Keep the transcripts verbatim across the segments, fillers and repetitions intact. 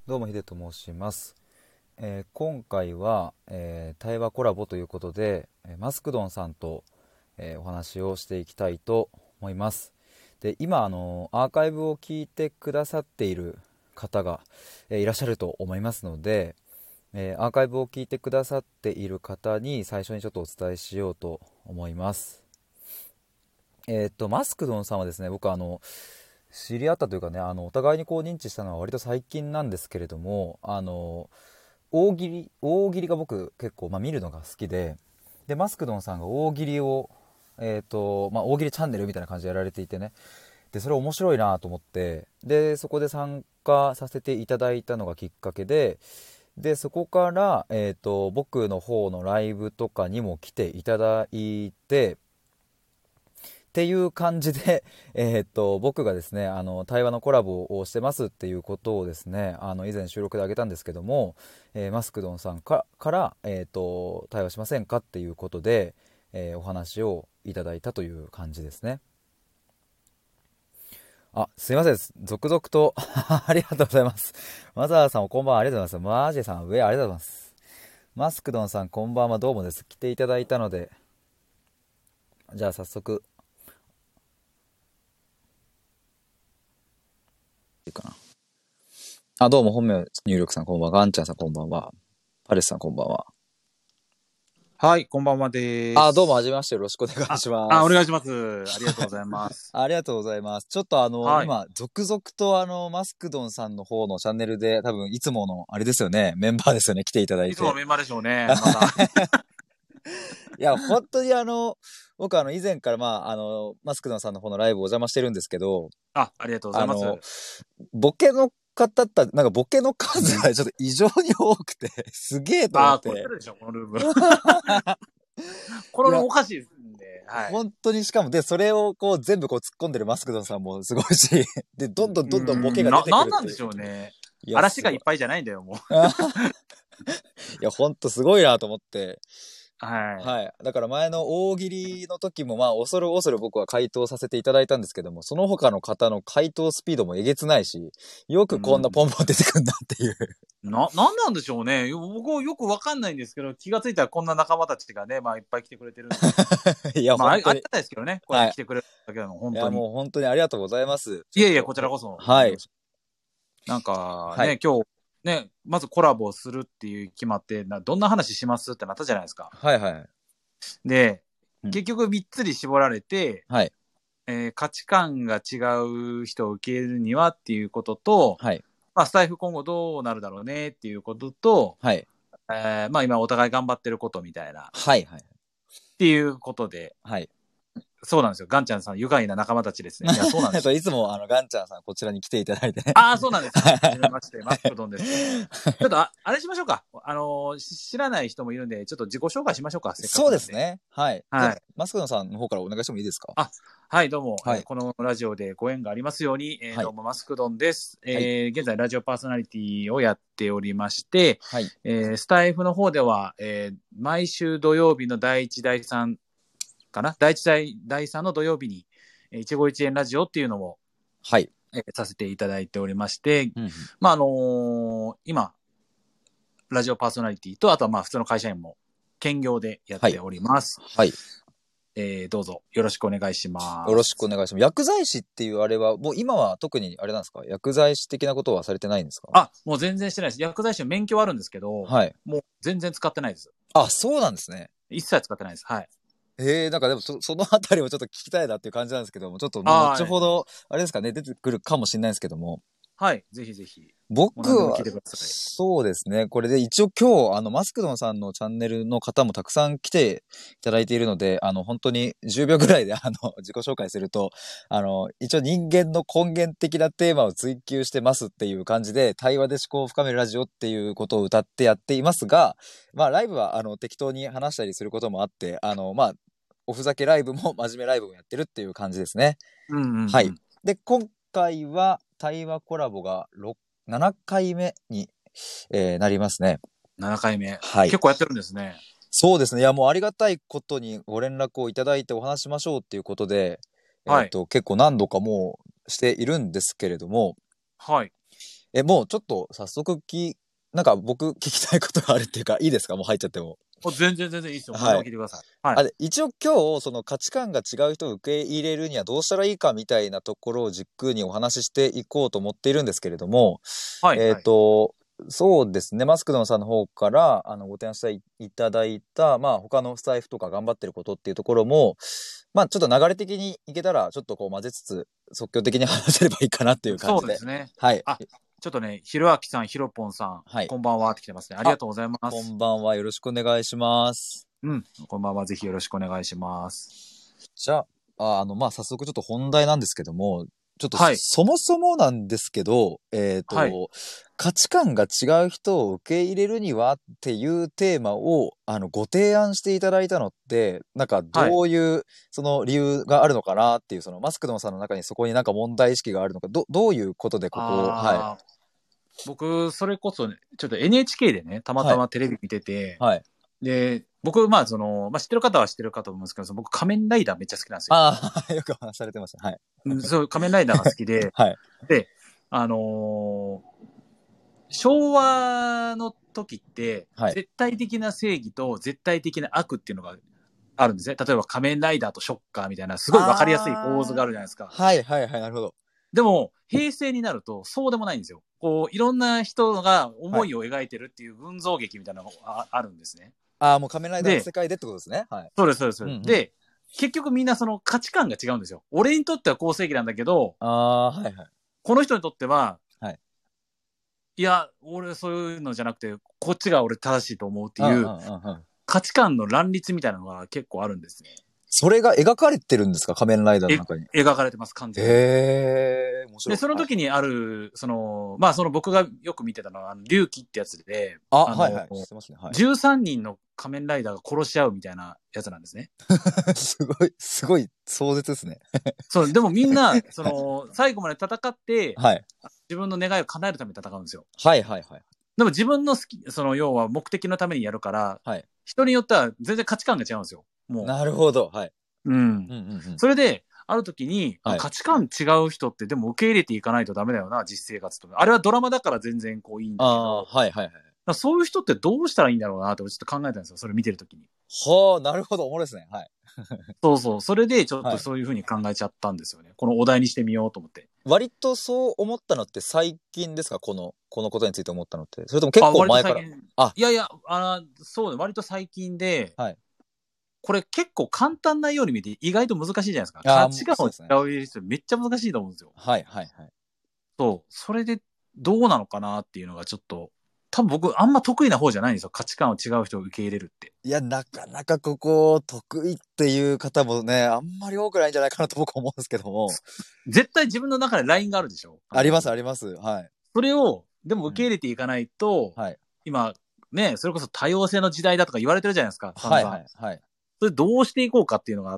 どうもヒデと申します。えー今回は、えー対話コラボということで、えーマスクドンさんと、えーお話をしていきたいと思います。で、今、あのアーカイブを聞いてくださっている方が、えーいらっしゃると思いますので、えーアーカイブを聞いてくださっている方に最初にちょっとお伝えしようと思います。えーっと、マスクドンさんはですね、僕あの、知り合ったというかね、あのお互いにこう認知したのは割と最近なんですけれども、あの大喜利大喜利が僕結構、まあ、見るのが好きで、でマスクドンさんが大喜利を、えーとまあ、大喜利チャンネルみたいな感じでやられていてね、でそれ面白いなと思って、でそこで参加させていただいたのがきっかけで、でそこから、えーと僕の方のライブとかにも来ていただいてっていう感じで、えーっと、僕がですね、あの、対話のコラボをしてますっていうことをですね、あの、以前収録であげたんですけども、えーマスクドンさんか、から、えーっと、対話しませんかっていうことで、えーお話をいただいたという感じですね。あ、すいません。続々とありがとうございます。マザーさんもこんばんは、ありがとうございます。マージェさん上ありがとうございます。マスクドンさんこんばんは、どうもです。来ていただいたので、じゃあ早速、いいかな。あ、どうも、本名入力さんこんばんは。ガンちゃんさんこんばんは。パレスさんこんばんは。 はい、こんばんはであ、どうも、はじす。 めまして。よろしくお願いあ、 しまあ、お願いす。 します。ありがとうございます。 ありがとうございます。ちょっとあの、 はい。 今、続々とあの、マスクドンさんの方のチャンネルで、多分、いつもの、あれですよね、メンバーですよね、来ていただいて。 いつものメンバーでしょうね、また。 いや、本当にあの、僕あの、以前からまあ、あの、マスクドンさんの方のライブお邪魔してるんですけど、 あ、ありがとうございます。 あの、ボケの方った、なんかボケの数がちょっと異常に多くて、すげえと思っあ、超えてて。 るでしょ、このルーム。こいや、 のルームおかしいですんで、はい。 本当にしかも、で、それをこう全部こう突っ込んでるマスクドンさんもすごいし、で、どんどんうどんどんボケーん、な、 が出てくなんなんでるっていう。 しょうね。 いや、すごい。 嵐がいっぱいじゃないんだよ、もう。 あいや、ほんとすごいなと思って。 はい。 はい。だから前の大喜利の時も、まあ、恐る恐る僕は回答させていただいたんですけども、その他の方の回答スピードもえげつないし、よくこんなうん。 ポンポン出てくんなっていう。 な、なんなんでしょうね。よ僕はよくわかんないんですけど、気がついたらこんな仲間たちがね、まあいっぱい来てくれてるんで。 いや、 まあ、あり、あり本当に。 がたいですけどね。こうやっはい。 て来てくれるだけなの、 いや、 本当に。 もう本当にありがとうございます。ちょいえいえ、 っと、 こちらこそ。 はい。 よろしなんかはい。 ね、今日、ね、まずコラボするっていう決まって、などんな話しますってなったじゃないですか。 はいはい。 で、 うん。 結局みっつに絞られて、 はい。 えー価値観が違う人を受け入れるにはっていうことと、 はい。 まあ、スタイフ今後どうなるだろうねっていうことと、 はい。 えーまあ今お互い頑張ってることみたいな、っはいはい。 ていうことで、 はい。 そうなんですよ。ガンちゃんさん、愉快な仲間たちですね。いや、そうなんですよ。 えっと、いつも、あの、ガンちゃんさん、こちらに来ていただいてね。 ああ、そうなんですよ。はじめはまして、マスクドンです。ちょっとあ、あれしましょうか。あのーし知らない人もいるんで、ちょっと自己紹介しましょうか。せっかそうくなんで。 ですね。はい。じゃあ、 はい。 マスクドンさんの方からお願いしてもいいですか？ あ、はい、どうも、 はい。 えーこのラジオでご縁がありますように、えーはい。 どうも、マスクドンです。 はい。 えー現在、ラジオパーソナリティをやっておりまして、 はい。 えースタイフの方では、えー毎週土曜日のだいいち、だいさんかなだいいち、だいさんの土曜日に、えー一期一会ラジオっていうのを、 はい。 えーさせていただいておりまして、 うんうん。 まあ、あのー今、ラジオパーソナリティと、あとはまあ普通の会社員も兼業でやっはい。 ております。 はい。 えー、どうぞよろしくお願いしよろしくおます。 願いします。薬剤師っていうあれは、もう今は特にあれなんですか？薬剤師的なことはされてないんですか？ あ、もう全然してないです。薬剤師の免許はあるんですけど、 はい。 もう全然使ってないです。 あ、そうなんですね。 一切使ってないです。はい。 ええ、なんかでもそ、そのあたりもちょっと聞きたいなっていう感じなんですけども、ちょっとまあ、 はい。 後ほど、あれですかね、出てくるかもしれないですけども、 はい。ぜひぜひ。もう僕は、 何でも聞いてください。 そうですね。これで一応今日、あの、マスクドンさんのチャンネルの方もたくさん来ていただいているので、あの、本当にじゅうびょうぐらいで、あの、自己紹介すると、あの、一応人間の根源的なテーマを追求してますっていう感じで、対話で思考を深めるラジオっていうことを歌ってやっていますが、まあ、ライブは、あの、適当に話したりすることもあって、あの、まあ、おふざけライブも真面目ライブもやってるっていう感じですね。 うんうんはい。 うん。 で、今回は対話コラボがろく、ななかいめに、えーなりますね。 ななかいめ。 はい。 結構やってるんですね。 そうですね。いや、もうありがたいことにご連絡をいただいてお話しましょうっていうことで、えっはい。 と、結構何度かもうしているんですけれども、 はい。 え、もうちょっと早速き、なんか僕聞きたいことがあるっていうか、いいですか？もう入っちゃっても。 お全然全然いいですよ。何ではい。 も聞いてください。はい。 あ、で、一応今日、その価値観が違う人を受け入れるにはどうしたらいいかみたいなところを軸にお話ししていこうと思っているんですけれども、えっはいはい。 と、そうですね、マスクドンさんの方から、あの、ご提案していただいた、まあ、他のスタイフとか頑張ってることっていうところも、まあ、ちょっと流れ的にいけたら、ちょっとこう混ぜつつ、即興的に話せればいいかなっていう感じで。 そうですね。 はい。 あ、ちょっとね、ひろあきさん、ひろぽんさん、 はい。 こんばんはって来てますね。ありあ、 がとうございます。 こんばんは。よろしくお願いします。 うん、こんばんは。ぜひよろしくお願いします。 じゃあ、ああの、まあ、早速ちょっと本題なんですけども、ちょっとはい。 そもそもなんですけど、えっはい。 と、価値観が違う人を受け入れるにはっていうテーマを、あの、ご提案していただいたのって、なんかはい。 どういう、その理由があるのかなっていう、そのマスクドンさんの中にそこになんか問題意識があるのか、ど、どういうことでここを、はい、 あー、僕、それこそね、ちょっと エヌエイチケー でね、たまはい、 たまテレビ見てて、 はい。 で、僕、まあ、その、まあ、知ってる方は知ってるかと思うんですけど、僕、仮面ライダーめっちゃ好きなんですよ。 ああ、よくお話しされてました。はい。 うんそう、仮面ライダーが好きで、 はい。 で、あのー昭和の時って、 はい。 絶対的な正義と絶対的な悪っていうのがあるんですね。例えば仮面ライダーとショッカーみたいな、すごいわかりやすい構図があるじゃないですか。 ああ、はい、はい、はい、なるほど。 でも、平成になるとそうでもないんですよ。こう、いろんな人がはい。 思いを描いてるっていう群像劇みたいなのがあるんですね。 ああ、もう仮面ライダーので、 世界でってことですね。はい。 そうです、そうです。 うんうん。 で、結局みんなその価値観が違うんですよ。俺にとっては好正義なんだけど、 ああ、はいはい。 この人にとっては、 はい。 いや、俺そういうのじゃなくて、こっちが俺正しいと思うっていううんうんうんうん。 価値観の乱立みたいなのが結構あるんですね。 それが描かれてるんですか？仮面ライダーのえ、 中に。 描かれてます、完全に。 へえ、面で、 白い。 そのはい。 時にある、その、まあ、その僕がよく見てたのは、あの龍騎ってやつで、 あ、 あの、 はいはい。知ってますね。はい。 じゅうさんにんの仮面ライダーが殺し合うみたいなやつなんですね。 すごい、すごい壮絶ですね。 そう、でもみんな、そはい。 の、最後まで戦って、 はい。 自分の願いを叶えるために戦うんですよ。 はいはいはい。 でも自分の好き、その、要は目的のためにやるから、 はい。 人によっては全然価値観が違うんですよ。もなるほど。はい。 う。うん。 うんうんうん。 それで、ある時に、あ、 はい。 価値観違う人ってでも受け入れていかないとダメだよな、実生活とか。あれはドラマだから全然こういいんああ、 だけど、 はいはいはい。 そういう人ってどうしたらいいんだろうなってちょっと考えたんですよ。それ見てるときに。 はあ、なるほど。おもろいですね。はい。 そうそう。それでちょっとはい。 そういうふうに考えちゃったんですよね。このお題にしてみようと思って。 割とそう思ったのって最近ですか？この、このことについて思ったのって。それとも結あ、割と構前から。 最近。 あ、 いやいや、あそうね、割と最近で、 はい。 これ結構簡単なように見て意外と難しいじゃないですか。 ああ、 価値観をもうそうですね。 違う人めっちゃ難しいと思うんですよ。 はいはいはい。 そう。それでどうなのかなっていうのがちょっと、多分僕あんま得意な方じゃないんですよ。価値観を違う人を受け入れるって。 いや、なかなかここ、得意っていう方もね、あんまり多くないんじゃないかなと僕は思うんですけども。 絶対自分の中でラインがあるでしょあります、 必ず。 あります。はい。 それを、でもうん。 受け入れていかないと、 はい。 今、ね、それこそ多様性の時代だとか言われてるじゃないですか、散々。 はいはい、はい。 それどうしていこうかっていうのがあって、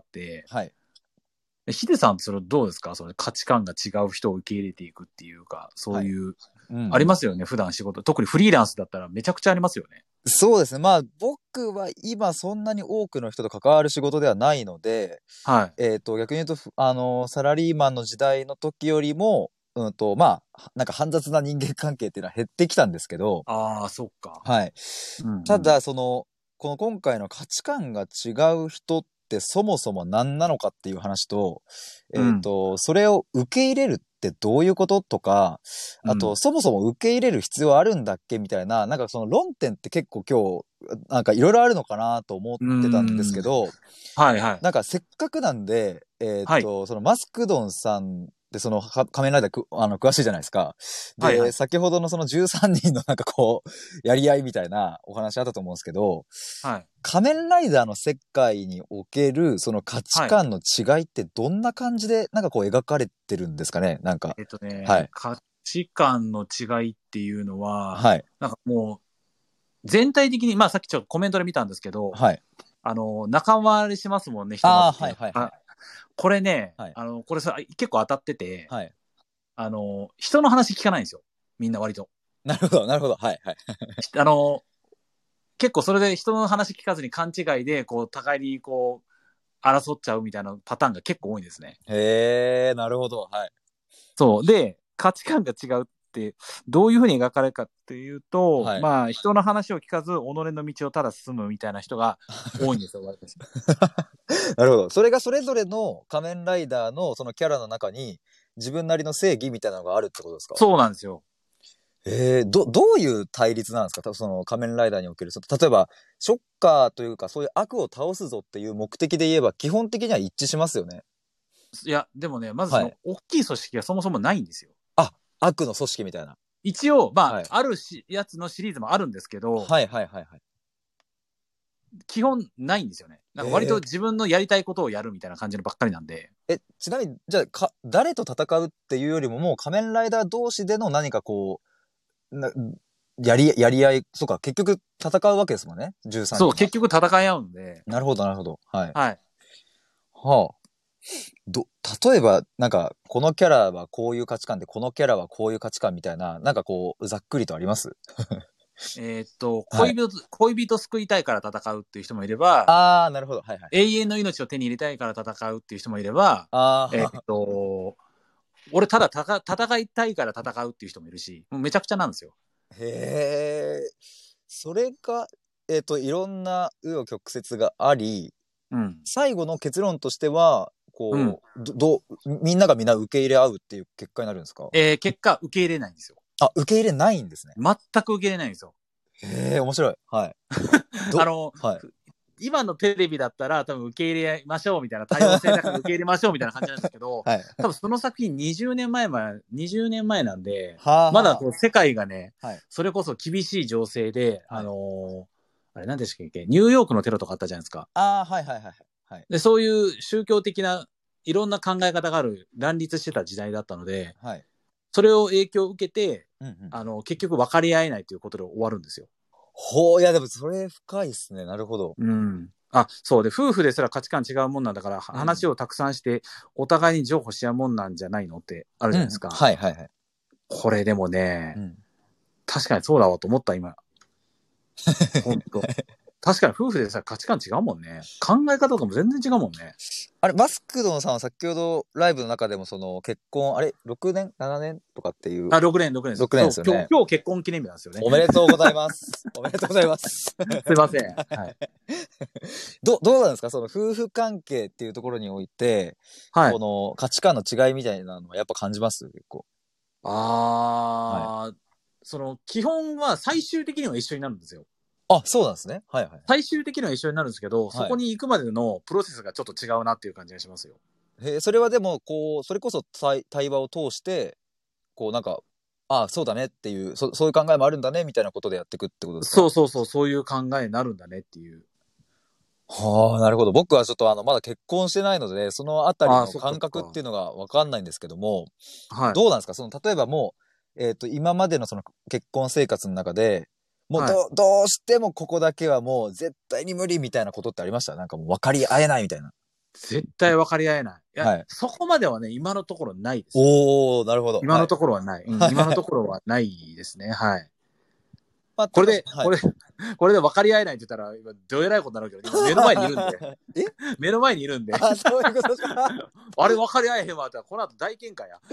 はい。 ヒデさんってそれどうですか？それ価値観が違う人を受け入れていくっていうか、そはい。 ういう、 うんうん。 ありますよね、普段仕事。特にフリーランスだったらめちゃくちゃありますよね。 そうですね。まあ、僕は今そんなに多くの人と関わる仕事ではないので、 はい。 えっと、逆に言うと、ふあの、サラリーマンの時代の時よりも、うんと、まあ、なんか煩雑な人間関係っていうのは減ってきたんですけど、 ああ、そっか。 はい。 うんうん。 ただ、その、この今回の価値観が違う人ってそもそも何なのかっていう話と、えっうん。 と、それを受け入れるってどういうこととか、あと、 うん。 そもそも受け入れる必要あるんだっけみたいな、なんかその論点って結構今日、なんかいろいろあるのかなと思っうーてたんですけん。 ど、 はいはい。 なんかせっかくなんで、えーっはい。 と、そのマスクドンさんでそのは仮面ライダーく、あの、詳しいじゃないですか。で、 はいはい。 先ほどのそのじゅうさんにんのなんかこう、やり合いみたいなお話あったと思うんですけど、 はい。 仮面ライダーの世界におけるその価値はい。 観の違いってどんな感じでなんかこう描かれてるんですかね？なんか。 えっとね、 はい。 価値観の違いっていうのは、 はい。 なんかもう、全体的に、まあさっきちょっとコメントで見たんですけど、 はい。 あの、仲間割れしますもんね、ひとまああ、 ずっていうのは。 はいはいはい。 あこれね、 はい。 あの、これさ、結構当たってて、 はい。 あの、人の話聞かないんですよ。みんな割と。 なるほど、なるほど。はいはい。 あの、結構それで人の話聞かずに勘違いで、こう、互いにこう、争っちゃうみたいなパターンが結構多いんですね。 へえ、なるほど。はい。 そう。で、価値観が違うってどういうふうに描かれるかっていうと、 はい、 まあ人の話を聞かず己の道をただ進むみたいな人が多いんですよ私。 なるほど。それがそれぞれの仮面ライダーのそのキャラの中に自分なりの正義みたいなのがあるってことですか？ そうなんですよ。 えー、ど、どういう対立なんですか？たその仮面ライダーにおける。その例えば、ショッカーというか、そういう悪を倒すぞっていう目的で言えば、基本的には一致しますよね。 いやでもね、まずそのはい。 大きい組織がそもそもないんですよ。 あ、悪の組織みたいな。 一応まあ、 はい。 あるしやつのシリーズもあるんですけど、 はいはいはいはい。 基本ないんですよね。なんか割とへえ。 自分のやりたいことをやるみたいな感じのばっかりなんで。 え、ちなみに、じゃあ、か、誰と戦うっていうよりも、もう仮面ライダー同士での何かこう、な、やり、やり合い、そうか、結局戦うわけですもんね。じゅうさんそう、 にんが。 結局戦い合うんで。 なるほど、なるほど。はい。 はい。 はあ。ど、例えば、なんか、このキャラはこういう価値観で、このキャラはこういう価値観みたいな、なんかこう、ざっくりとあります？ えーっと、 はい。 恋人、恋人救いたいから戦うっていう人もいれば、 あー、なるほど。はいはい。 永遠の命を手に入れたいから戦うっていう人もいれば、えーっあー、 と、俺ただたか戦いたいから戦うっていう人もいるし、もうめちゃくちゃなんですよ。 へー。それが、えっと、いろんな紆余曲折があり、 うん。 最後の結論としては、 うん。 こう、ど、どう、みんながみんな受け入れ合うっていう結果になるんですか？ えー結果、受け入れないんですよ。 あ、受け入れないんですね。 全く受け入れないんですよ。 へえ、面白い。はい。ど、 あの、 はい。 今のテレビだったら多分受け入れましょうみたいな、多様性だから受け入れましょうみたいな感じなんですけど、 はい。 多分その作品にじゅうねんまえまで、にじゅうねんまえなんで、 はあはまだこう世界がね、 あ。はい。 それこそ厳しい情勢で、あはい。 のーあれ何でしたっけ、ニューヨークのテロとかあったじゃないですか。 ああ、はいはいはいはい。はい。 で、そういう宗教的ないろんな考え方がある、乱立してた時代だったので、 はい。 それを影響を受けて、 うんうん。 あの、結局分かり合えないということで終わるんですよ。 ほう、いやでもそれ深いっすね。なるほど。 うん。あ、そうで、夫婦ですら価値観違うもんなんだから、 うん。 話をたくさんして、お互いに譲歩し合うもんなんじゃないのってあるうん。 じゃないですか。 はいはいはい。 これでもね、 うん。 確かにそうだわと思った、今。ほんと。確かに夫婦でさ、価値観違うもんね。考え方とかも全然違うもんね。 あれ、マスクドンさんは先ほどライブの中でもその結婚、あれ、ろくねん ?なな 年とかっていう、 あ、ろくねん、ろくねんです。 ろくねんでそう、今日、 すよね。 今日結婚記念日なんですよね。 おめでとうございます。おめでとうございます。 すいません。はい。 ど、どうなんですかその夫婦関係っていうところにおいて、 はい。 この価値観の違いみたいなのはやっぱ感じます結構。はい。 あー、その、基本は最終的には一緒になるんですよ。 あ、そうなんですね。はいはい。 最終的には一緒になるんですけど、そはい。 こに行くまでのプロセスがちょっと違うなっていう感じがしますよ。 へえ、それはでも、こう、それこそ対対話を通して、こうなんか、ああ、そうだねっていう、そ、そういう考えもあるんだねみたいなことでやっていくってことですか？ そうそうそう、そういう考えになるんだねっていう。 はあ、なるほど。僕はちょっとあの、まだ結婚してないので、そのあたりああ、 のそっかそっか。 感覚っていうのがわかんないんですけども、 はい。 どうなんですかその、例えばもう、えっと、今までのその結婚生活の中で、もうはい。 ど、どうしてもここだけはもう絶対に無理みたいなことってありました？なんかもう分かり合えないみたいな。 絶対分かり合えない。いや、 はい。 そこまではね、今のところないです。 おー、なるほど。はい。 今のところはない。うん、今のところはないですね。はい。 まあ、ピロコさこれで、 ん、はい。 これ、これで分かり合えないって言ったら、今、どえらいことになるけど、今目の前にいるんで、 え目の前にいるんで、 あ、そういうことか。 あれ分かり合えへんわって、この後大喧嘩や。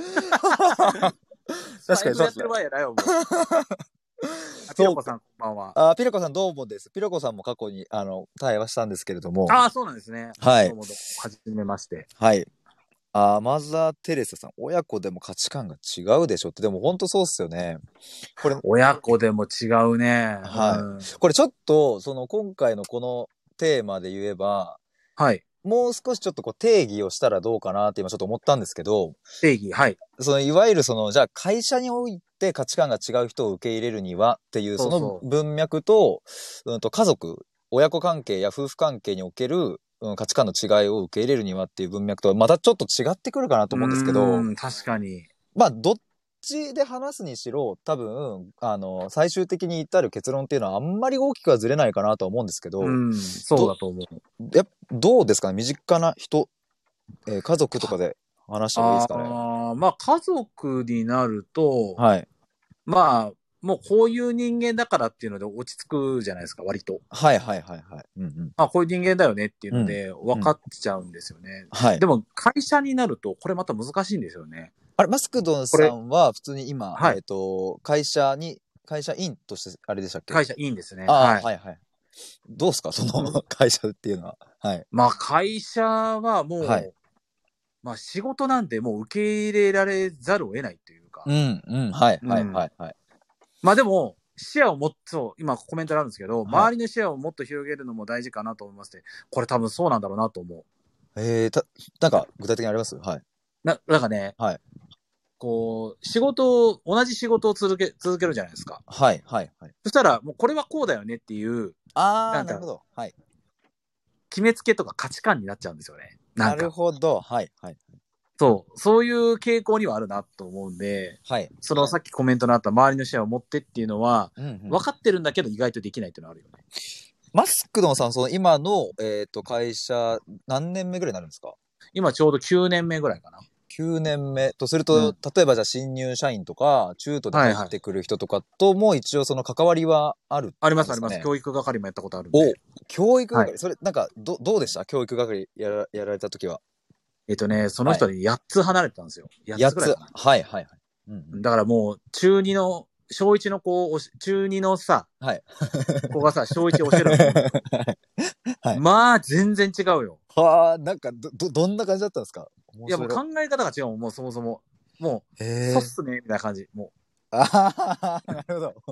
確かに最悪やってるそうですね。 場合やないよ、もう。あ、ピロそうか。 コさん、こんばんは。 あ、ピロコさんどうもです。ピロコさんも過去に、あの、対話したんですけれども。 ああ、そうなんですね。 はい。 どうもどうも。はじめまして。 はい。あ、マザー・テレサさん、親子でも価値観が違うでしょって、でも本当そうっすよね。これ、 親子でも違うね。 はい。 うん。 これちょっと、その今回のこのテーマで言えば、 はい。 もう少しちょっとこう定義をしたらどうかなって今ちょっと思ったんですけど、 定義、はい。 そのいわゆるその、じゃあ会社において価値観が違う人を受け入れるにはっていう、そのそうそ文脈と、うんと家族、親子関係や夫婦関係における、うん、価値観の違いを受け入れるにはっていう文脈とはまたちょっと違ってくるかなとう。う思うんですけど、 ーん、確かに。 まあ、どっちで話すにしろ、多分、あの、最終的に至る結論っていうのはあんまり大きくはずれないかなとは思うんですけど、 うん、そうど、 だと思う。 やっどうですかね身近な人、えー家族とかで話してもいいですかね？ ああ、まあ家族になると、 はい。 まあ、もうこういう人間だからっていうので落ち着くじゃないですか、割と。 はいはいはいはい。うんうん。 あ、こういう人間だよねっていううん。 ので分うん。 かっちゃうんですよね。 はい。 でも会社になるとこれまた難しいんですよね。 あれ、マスクドンこれ、 さんは普通に今、 はい。 えっと、会社に、会社員として、あれでしたっけ？ 会社いいんですね。 ああ、 はい。 はいはい。どうですかそうん、 の会社っていうのは。はい。 まあ、会社ははい。 もう、まあ、仕事なんてもう受け入れられざるを得ないというか。 うん、うん、はい、はい、 うん。 はい、はい。 まあでも、視野をもっと、今コメントあるんですけど、 はい。 周りの視野をもっと広げるのも大事かなと思いますね。これ多分そうなんだろうなと思う。 えー、た、なんか具体的にあります？はい。 な、なんかね、 はい。 こう、仕事を、同じ仕事を続け、続けるじゃないですか。 はい、はい、はい。 そしたら、もうこれはこうだよねっていう、 あー、 なんか、 なるほど。はい。 決めつけとか価値観になっちゃうんですよね。ななるんか。 ほど。はい、はい。 そう、そういう傾向にはあるなと思うんで、 はい。 そのさっきコメントのあった周りの視野を持ってっていうのは、 うん、うん。 分かってるんだけど意外とできないっていうのはあるよね。 マスクドンさん、その今の、えっと、会社、何年目ぐらいになるんですか？ 今ちょうどきゅうねんめぐらいかな。 きゅう 年目とすると、 うん。 例えばじゃあ新入社員とか、中途で入っはいはい。 てくる人とかとも一応その関わりはあるありますあります。 んですかね。 教育係もやったことあるんお、 で。 教育はい。 係、それ、なんか、ど、どうでした教育係やら、やられた時は。 えっとね、そのはい。 人にやっつ離れてたんですよ。8 やっつ。 つぐらいかな。 はいはいはい。うんうん。 だからもう、中にの、小いちの子を、中にのさ、 はい。 子がさ、小いち教えるのと思うんですよ。 はい。 まあ、全然違うよ。 はあ、なんか、ど、ど、どんな感じだったんですか？面いや、もう白い。 考え方が違うもん、もうそもそも。もう、 へえ。 そうっすね、みたいな感じ。もあはははなるほど。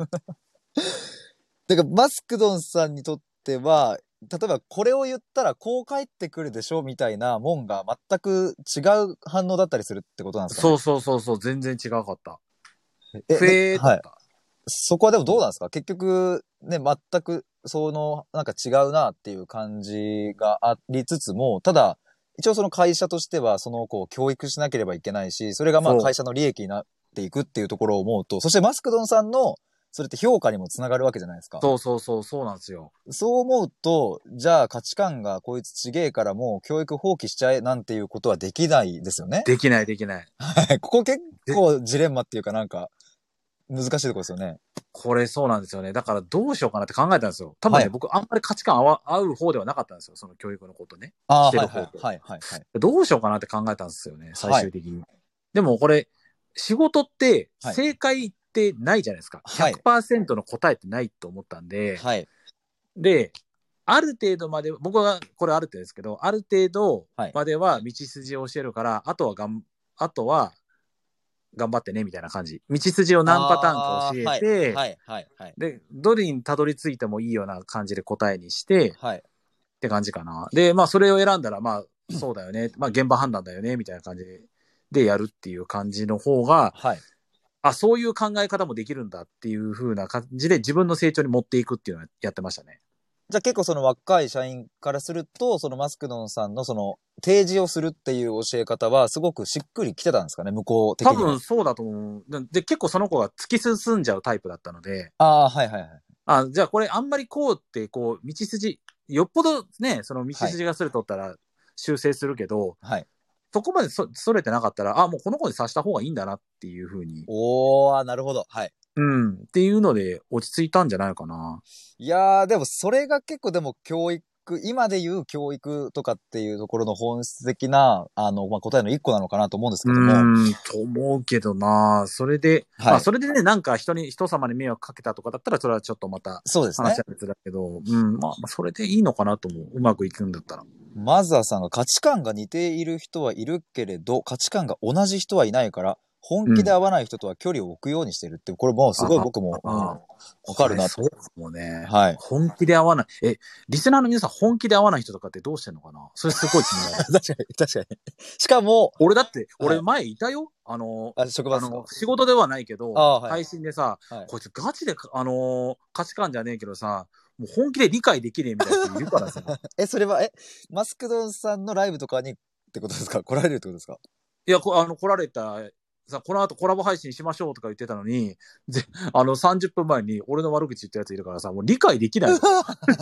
だからマスクドンさんにとっては、例えばこれを言ったらこう返ってくるでしょみたいなもんが全く違う反応だったりするってことなんでう、 すかね。 そうそうそうそう、全然違かった。 え、 フで、はい。 ェーだった。 そこはでもどうそなんですか？結局、ね、全く、その、なんか違うなっていう感じがありつつも、ただ、一応その会社としては、その子を教育しなければいけないし、それがう。そう。 まあ会社の利益になっていくっていうところを思うと、そしてマスクドンさんの、それって評価にもつながるわけじゃないですか。 そうそうそう、そうなんですよ。 そう思うと、じゃあ価値観がこいつちげえからもう教育放棄しちゃえなんていうことはできないですよね。 できないできない。 はい。ここ結で、 構ジレンマっていうかなんか難しいところですよね。 これそうなんですよね。だからどうしようかなって考えたんですよ。多分ね、 はい。 僕あんまり価値観合わ合う方ではなかったんですよ。その教育のことね。 ああ、 してはいはいる方と。 はいはいはい。 どうしようかなって考えたんですよね、最はい。 終的に。でもこれ、仕事ってはい。 正解ってないじゃないですか。 はい。 ひゃくパーセントの答えってないと思ったんで、 はい。 で、ある程度まで、僕はこれある程度ですけど、ある程度はい。 までは道筋を教えるから、あとはがん、あとは頑張ってね、みたいな感じ。道筋を何パターンか教ああ、 えはい。 て、 はい。はい。はい。 で、どれにたどり着いてもいいような感じで答えにして、 はい。 って感じかな。で、まあ、それを選んだら、まあ、そうだよね。まあ、現場判断だよね、みたいな感じで、でやるっていう感じの方が、 はい。 あ、そういう考え方もできるんだっていう風な感じで自分の成長に持っていくっていうのをやってましたね。 じゃあ結構その若い社員からすると、そのマスクドンさんのその提示をするっていう教え方はすごくしっくりきてたんですかね、向こう的には。 多分そうだと思う。で、結構その子が突き進んじゃうタイプだったので、 ああ、はいはいはい。 あ、じゃあこれあんまりこうって、こう、道筋、よっぽどね、その道はい。 筋がすれとったら修正するけど、 はい。 そこまでそ、それてなかったら、あ、もうこの子にさした方がいいんだなっていう風に、 おー、なるほど。はい。 うん、っていうので落ち着いたんじゃないかな。 いやー、でもそれが結構でも教育、今で言う教育とかっていうところの本質的な、あの、まあ、答えの一個なのかなと思うんですうけども。 ーん、と思うけどな。それで、まあ、 はい。 それでね、なんか人に、人様に迷惑かけたとかだったら、それはちょっとまたそうですね。 話は別だけど、うん、まあ、まあそれでいいのかなと思う。うまくいくんだったら。 マザーさんが価値観が似ている人はいるけれど、価値観が同じ人はいないから、本気でうん。 合わない人とは距離を置くようにしてるって、これもうすあごい僕も、うん、 あ、 わかるなと。 これそうかもね。 はい。 本気で合わない。え、リスナーの皆さん本気で合わない人とかってどうしてんのかな？それすごい気になる。 確かに、確かに。しかも、 俺だって、俺はい。 前いたよ。あの、 あ、職場あの、 ですか？ 仕事ではないけど、 ああ、はい。 配信でさ、 はい。 こいつガチで、あの、価値観じゃねえけどさ、もう本気で理解できねえみたいな人いるからさ。 え、それは、え、マスクドンさんのライブとかにってことですか？来られるってことですか？ いや、こあの、来られた、さ、この後コラボ配信しましょうとか言ってたのに、ぜ、あの、さんじゅっぷんまえに俺の悪口言ったやついるからさ、もう理解できないわけ。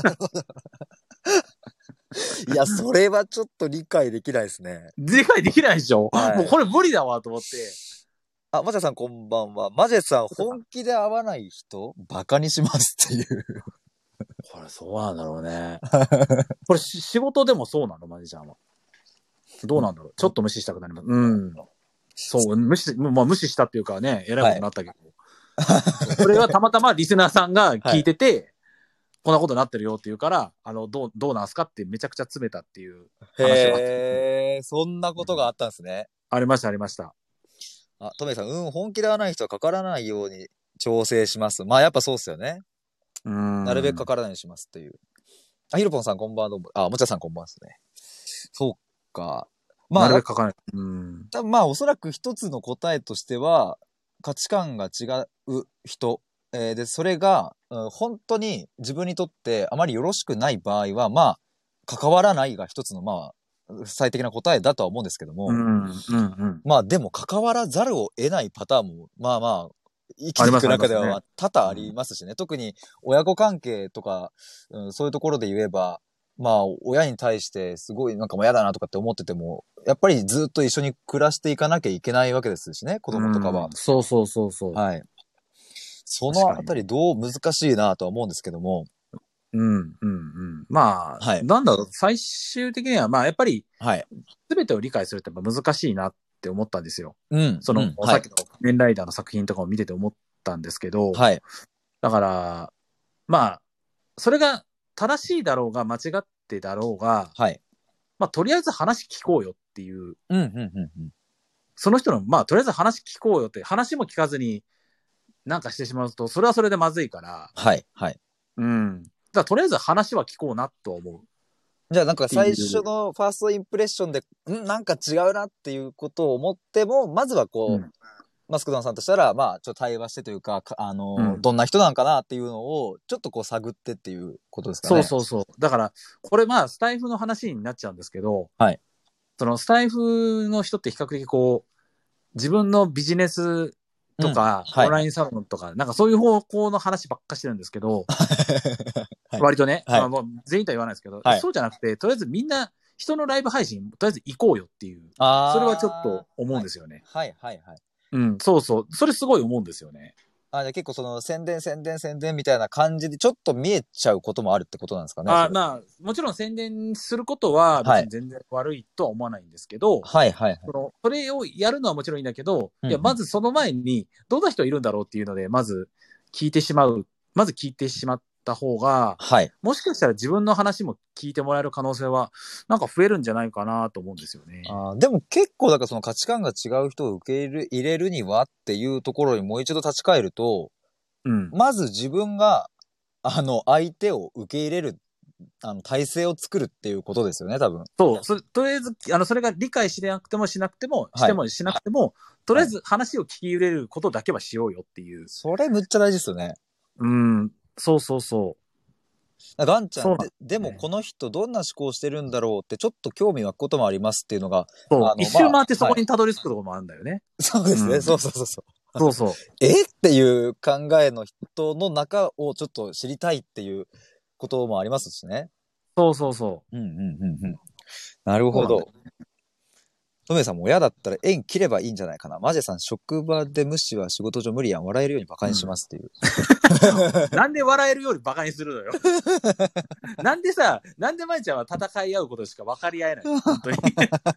いや、それはちょっと理解できないですね。 理解できないでしょ？ はい。 もうこれ無理だわと思って。 あ、マジェさんこんばんは。マジェさん本気で会わない人バカにしますっていう。 これそうなんだろうね。これ仕事でもそうなのマジちゃんは。どうなんだろう。ちょっと無視したくなります。うん。 そう、無視、まあ無視したっていうかね、えらいことになったけど。はい、それがたまたまリスナーさんが聞いてて、はい、こんなことになってるよって言うから、あの、どう、どうなんすかってめちゃくちゃ詰めたっていう話は。 へー、そんなことがあったんですね。 うん、ありました、ありました。 あ、トメイさん、うん、本気ではない人はかからないように調整します。まあ、やっぱそうっすよね。 うん。 なるべくかからないようにしますっていう。あ、ひろぽんさんこんばんはどうも。あ、もちゃさんこんばんはですね。そうか。まあ、 なるべくかからない。うん。 多分まあ、おそらく一つの答えとしては、価値観が違う人。えー、で、それが、うん、本当に自分にとってあまりよろしくない場合は、まあ、関わらないが一つの、まあ、最適な答えだとは思うんですけども。 うん、うん、うん。 まあ、でも関わらざるを得ないパターンも、まあまあ、生きていく中では多々ありますしね。うん、特に親子関係とか、うん、そういうところで言えば、まあ、親に対してすごいなんかもう嫌だなとかって思ってても、やっぱりずっと一緒に暮らしていかなきゃいけないわけですしね、子供とかは。 うん、そうそうそうそう。 はい。そのあたりどう難しいなとは思うんですけども。 うん、うん、うん。まあ、 はい、 なんだろう、最終的には、まあ、やっぱり、 はい。 すべてを理解するってやっぱ難しいなって思ったんですよ。 うん。 その、 うん、 さっきの仮面ライダーの作品とかを見てて思ったんですけど、 はい。 だから、まあ、それが正しいだろうが間違ってだろうが、 はい。 まあ、とりあえず話聞こうよっていう、 うん、うん、うん、うん。 その人の、まあ、とりあえず話聞こうよって、話も聞かずになんかしてしまうと、それはそれでまずいから、 はい、はい。 うん。だからとりあえず話は聞こうなと思う。 じゃあなんか最初のファーストインプレッションで、んなんか違うなっていうことを思っても、まずはこう、うん、マスクドンさんとしたら、まあ、ちょっと対話してというか、あの、うん、どんな人なんかなっていうのを、ちょっとこう探ってっていうことですかね。 そうそうそう。だから、これまあ、スタイフの話になっちゃうんですけど、 はい。 そのスタイフの人って比較的こう、自分のビジネスとか、うん、はい、オンラインサロンとか、なんかそういう方向の話ばっかしてるんですけど、はい、割とね、はい、まあ、もう全員とは言わないですけど、はい、そうじゃなくて、とりあえずみんな、人のライブ配信、とりあえず行こうよっていう、それはちょっと思うんですよね。 はい、はい、はい、はい。 うん、そうそう。それすごい思うんですよね。 あ、じゃあ結構その宣伝宣伝宣伝みたいな感じでちょっと見えちゃうこともあるってことなんですかね。 あ、まあ、もちろん宣伝することは別に全然悪いとは思わないんですけど、 はいはいはい。 その、それをやるのはもちろんいいんだけど、うんうん、いや、まずその前にどんな人いるんだろうっていうので、まず聞いてしまう、まず聞いてしまった方が、はい、もしかしたら自分の話も聞いてもらえる可能性はなんか増えるんじゃないかなと思うんですよね。 あ、でも結構だからその価値観が違う人を受け入れ、入れるにはっていうところにもう一度立ち返ると、うん、まず自分があの相手を受け入れるあの体制を作るっていうことですよね、多分。 そう、そとりあえずあのそれが理解しなくてもしなくても、はい、してもしなくても、とりあえず話を聞き入れることだけはしようよっていう。 それむっちゃ大事ですよね。 うん、そうそうそう。 ガンちゃん、で、でもこの人どんな思考してるんだろうってちょっと興味湧くこともありますっていうのが、 そう、一周回ってそこにたどり着くところもあるんだよね。はい、 そうですね、うん、そうそうそうそう。 そうそう。 えっていう考えの人の中をちょっと知りたいっていうこともありますしね。 そうそうそう。 うんうんうんうん。なるほど。トメさんも親だったら縁切ればいいんじゃないかな。マジェさん、職場で無視は仕事上無理やん。笑えるようにバカにしますっていう。 うん、なんで笑えるようにバカにするのよ。なんでさ、なんでまいちゃんは戦い合うことしか分かり合えないの本当に。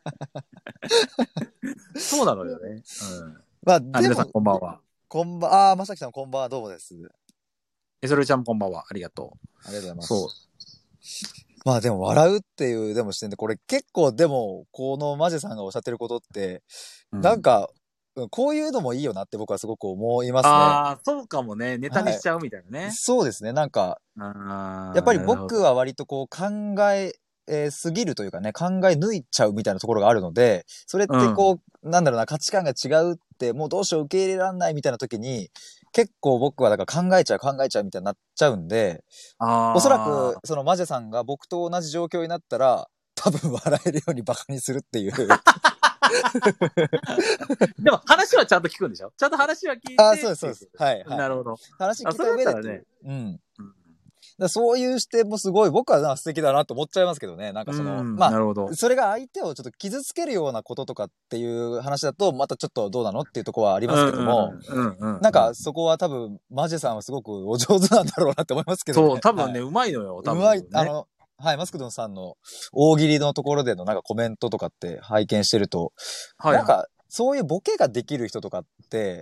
そうなのよね。うん。まあ、でも皆さんこんばんは。 こんばんは。あ、まさきさんこんばんは。どうもです。 えそれちゃんこんばんは。ありがとう。 ありがとうございます。 そう。 まあでも笑うっていうでも視点で、これ結構でも、このマジェさんがおっしゃってることって、うん、なんか、こういうのもいいよなって僕はすごく思いますね。 ああ、そうかもね。ネタにしちゃうみたいなね。はい、 そうですね。なんか、やっぱり僕は割とこう考え、えー、すぎるというかね、考え抜いちゃうみたいなところがあるので、それってこう、うん、なんだろうな、価値観が違うって、もうどうしよう受け入れられないみたいな時に、結構僕はだから考えちゃう考えちゃうみたいになっちゃうんで、おそらくそのマジェさんが僕と同じ状況になったら、多分笑えるようにバカにするっていう。 でも話はちゃんと聞くんでしょ？ちゃんと話は聞いて。 あ、そうです、そうです。はい、はい。 なるほど。 話聞いた上で、 ね、 うん。だそういう視点もすごい僕はな素敵だなと思っちゃいますけどね。なんかその、まあ、なるほど。それが相手をちょっと傷つけるようなこととかっていう話だと、またちょっとどうなのっていうところはありますけども、なんかそこは多分、マジェさんはすごくお上手なんだろうなって思いますけどね。 そう、多分ね、はい、うまいのよ、多分、ね。 うまい、あの、はい、マスクドンさんの大喜利のところでのなんかコメントとかって拝見してると、はいはい、なんか、 そういうボケができる人とかって、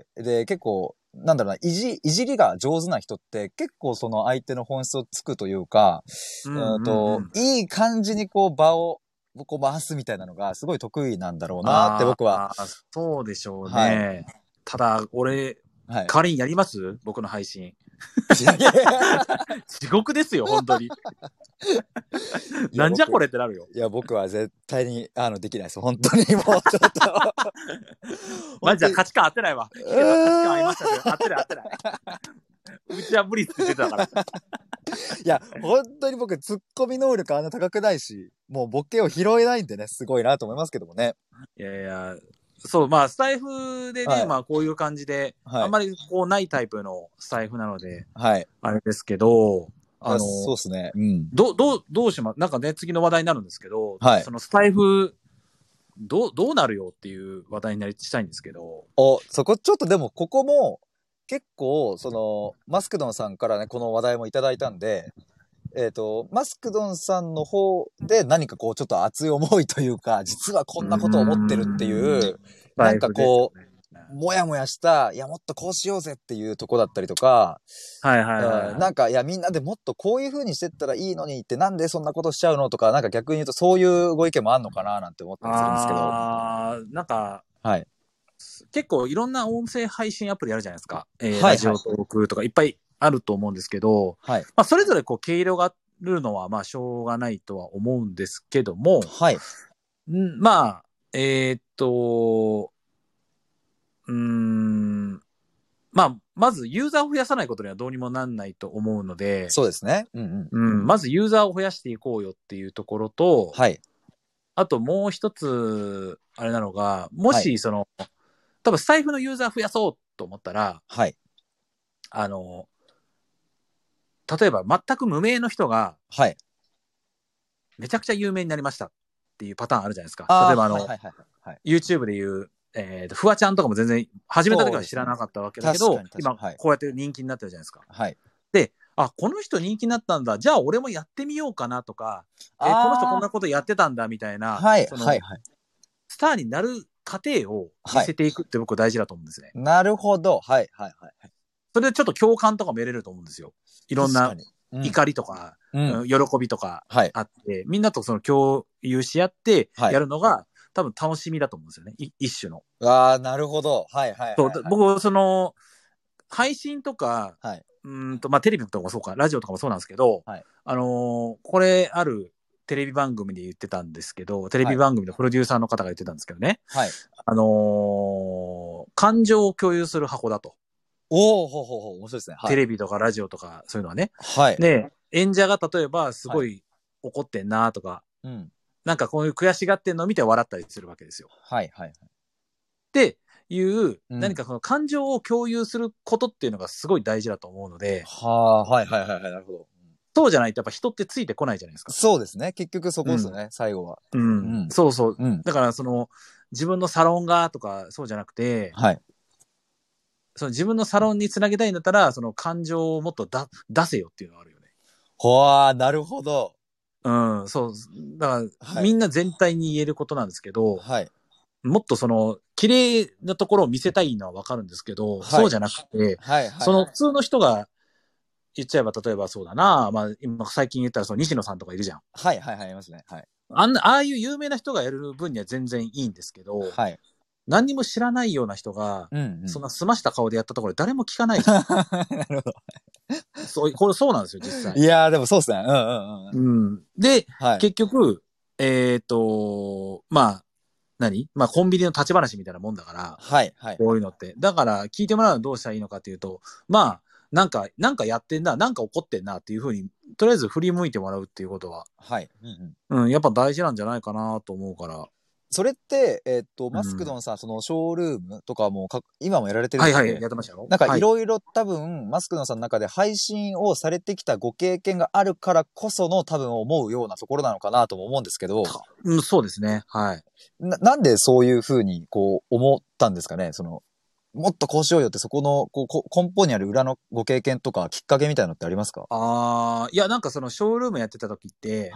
で、結構、なんだろうな、いじ、いじりが上手な人って、結構その相手の本質をつくというか、 うんうんと、 うんうん、 いい感じにこう場を、こう回すみたいなのが、すごい得意なんだろうなってあ僕は。 あ、そうでしょうはい。 ね。ただ、俺、 はい。 代わりにやります僕の配信。 いやいやいや地獄ですよ、本当に。 いや、 なんじゃこ僕、 れってなるよ。 いや、僕は絶対に、あの、できないです。本当にもうちょっとまあ、 本当に、 じゃあ価値観合ってないわ。 う聞けば価値観合いーんましたけど、合ってない合ってない。うちは無理って言ってたから。 いや、本当に僕、ツッコミ能力あんな高くないし、もうボケを拾えないんでね、すごいなと思いますけどもね。 いやいや、そう、まあ、スタイフでね、 はい。 まあ、こういう感じで、 はい。 あんまりこう、ないタイプのスタイフなので、 はい。 あれですけど、 いや、 あの、 そうですね。うん。 ど、どう、どうしま、なんかね、次の話題になるんですけど、 はい。 そのスタイフ、どう、どうなるよっていう話題になりしたいんですけど、 お、そこちょっとでも、ここも、結構、その、マスクドンさんからね、この話題もいただいたんで、えっと、マスクドンさんの方で何かこう、ちょっと熱い思いというか、実はこんなことを思ってるっていう、 スタイなんかこフですよね。 う、もやもやした、いや、もっとこうしようぜっていうとこだったりとか、 はいはいはいうん、 はい。 なんか、いや、みんなでもっとこういう風にしてったらいいのにって、なんでそんなことしちゃうのとか、なんか逆に言うとそういうご意見もあんのかななんて思ったりするんですけど。 あー、なんか、 はい。 結構いろんな音声配信アプリあるじゃないですか。えー、 はいはい。 ラジオトークとかいっぱいあると思うんですけど、 はい。 まあ、それぞれこう、毛色があるのは、まあ、しょうがないとは思うんですけども、 はい。 んまあ、えーっと、うーん、まあ、まずユーザーを増やさないことにはどうにもなんないと思うので、 そうですね。うんうん。 うん、まずユーザーを増やしていこうよっていうところと、 はい。 あともう一つ、あれなのが、もはい。 しその、多分スタイフのユーザー増やそうと思ったら、 はい。 あの、例えば全く無名の人がはい。 めちゃくちゃ有名になりましたっていうパターンあるじゃないですか。 ああ、 例えばあの、 はいはいはいはい。 YouTube で言う、えっ、と、フワちゃんとかも全然始めた時は知らなかったわけだけど、 確かに確かに。 今はい。 こうやって人気になってるじゃないですか。 はい。 で、あ、この人人気になったんだ。じゃあ俺もやってみようかなとか、えーこの人こんああ、 なことやってたんだみたいな、 はいその、 はいはい。 スターになる過程を見はい。 せていくって僕大事だと思うんですね。 なるほど。はいはいはいはい。 それでちょっと共感とかも得れると思うんですよ。いろんな確かに。うん。 怒りとか、 うん。 うん、喜びとかはい。 あって、みんなとその共有し合ってはい。 やるのが多分楽しみだと思うんですよね。い一種の。 ああ、なるほど。はいはいはいそう、 はい。 僕、その、配信とか、 はい。 うーんと、まあ、テレビとかもそうか、ラジオとかもそうなんですけど、 はい。 あのーこれあるテレビ番組で言ってたんですけど、テレはい。 ビ番組のプロデューサーの方が言ってたんですけどね、 はい。 あのー感情を共有する箱だと。 おお、ほうほうほう、面白いですね。はい。 テレビとかラジオとかそういうのはね。 はい。 で、演者が例えばすはい。 ごい怒ってんなとか、 うん。 なんかこういう悔しがってんのを見て笑ったりするわけですよ。 はいはいはい。 っていう、 うん。 何かその感情を共有することっていうのがすごい大事だと思うので、 はあ、はいはいはいはい、なるほど。 そうじゃないとやっぱ人ってついてこないじゃないですか。 そうですね。結局そこうん。 ですよね、最後は。 うん。 うん。 そうそう。 うん。 だからその、自分のサロンがとかそうじゃなくて、 はい。 その自分のサロンにつなげたいんだったら、その感情をもっとだ出せよっていうのがあるよね。 ほわー、なるほど。 うん、そう。だから、 はい。 みんな全体に言えることなんですけど、 はい。 もっとその、綺麗なところを見せたいのはわかるんですけど、 はい。 そうじゃなくて、 はいはい。 その普通の人が言っちゃえば、例えばそうだな、まあ、今最近言ったらその西野さんとかいるじゃん。 はいはいはい、いますね。はい。 あんな、ああいう有名な人がやる分には全然いいんですけど、 はい。 何にも知らないような人が、 うんうん。 そんな澄ました顔でやったところで誰も聞かないじゃん。 なるほど。 そう、これそうなんですよ、実際。 いやー、でもそうっすね。うんうんうん。 うん。で、 はい。 結局、えっ、と、まあ、何まあ、コンビニの立ち話みたいなもんだから、 はいはいはい。 こういうのって。だから、聞いてもらうのはどうしたらいいのかっていうと、まあ、なんか、なんかやってんな、なんか怒ってんなっていうふうに、とりあえず振り向いてもらうっていうことは、 はい。うんうん。 うん、やっぱ大事なんじゃないかなと思うから。 それって、えっと、マスクドうん。 ンさん、そのショールームとかもか、今もやられてるんはいはい、 ですっけ？ やってましたよ。 なんかいはい。 ろいろ多分、マスクドンさんの中で配信をされてきたご経験があるからこその多分思うようなところなのかなとも思うんですけど、 うん、そうですね。はい。 な、なんでそういうふうにこう思ったんですかね？その、もっとこうしようよってそこのこうこ根本にある裏のご経験とかきっかけみたいなのってありますか？ ああ、いや、なんかそのショールームやってた時って、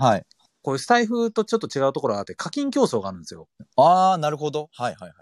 はい。 こういうスタイフとちょっと違うところがあって、課金競争があるんですよ。 ああ、なるほど。はいはいはい。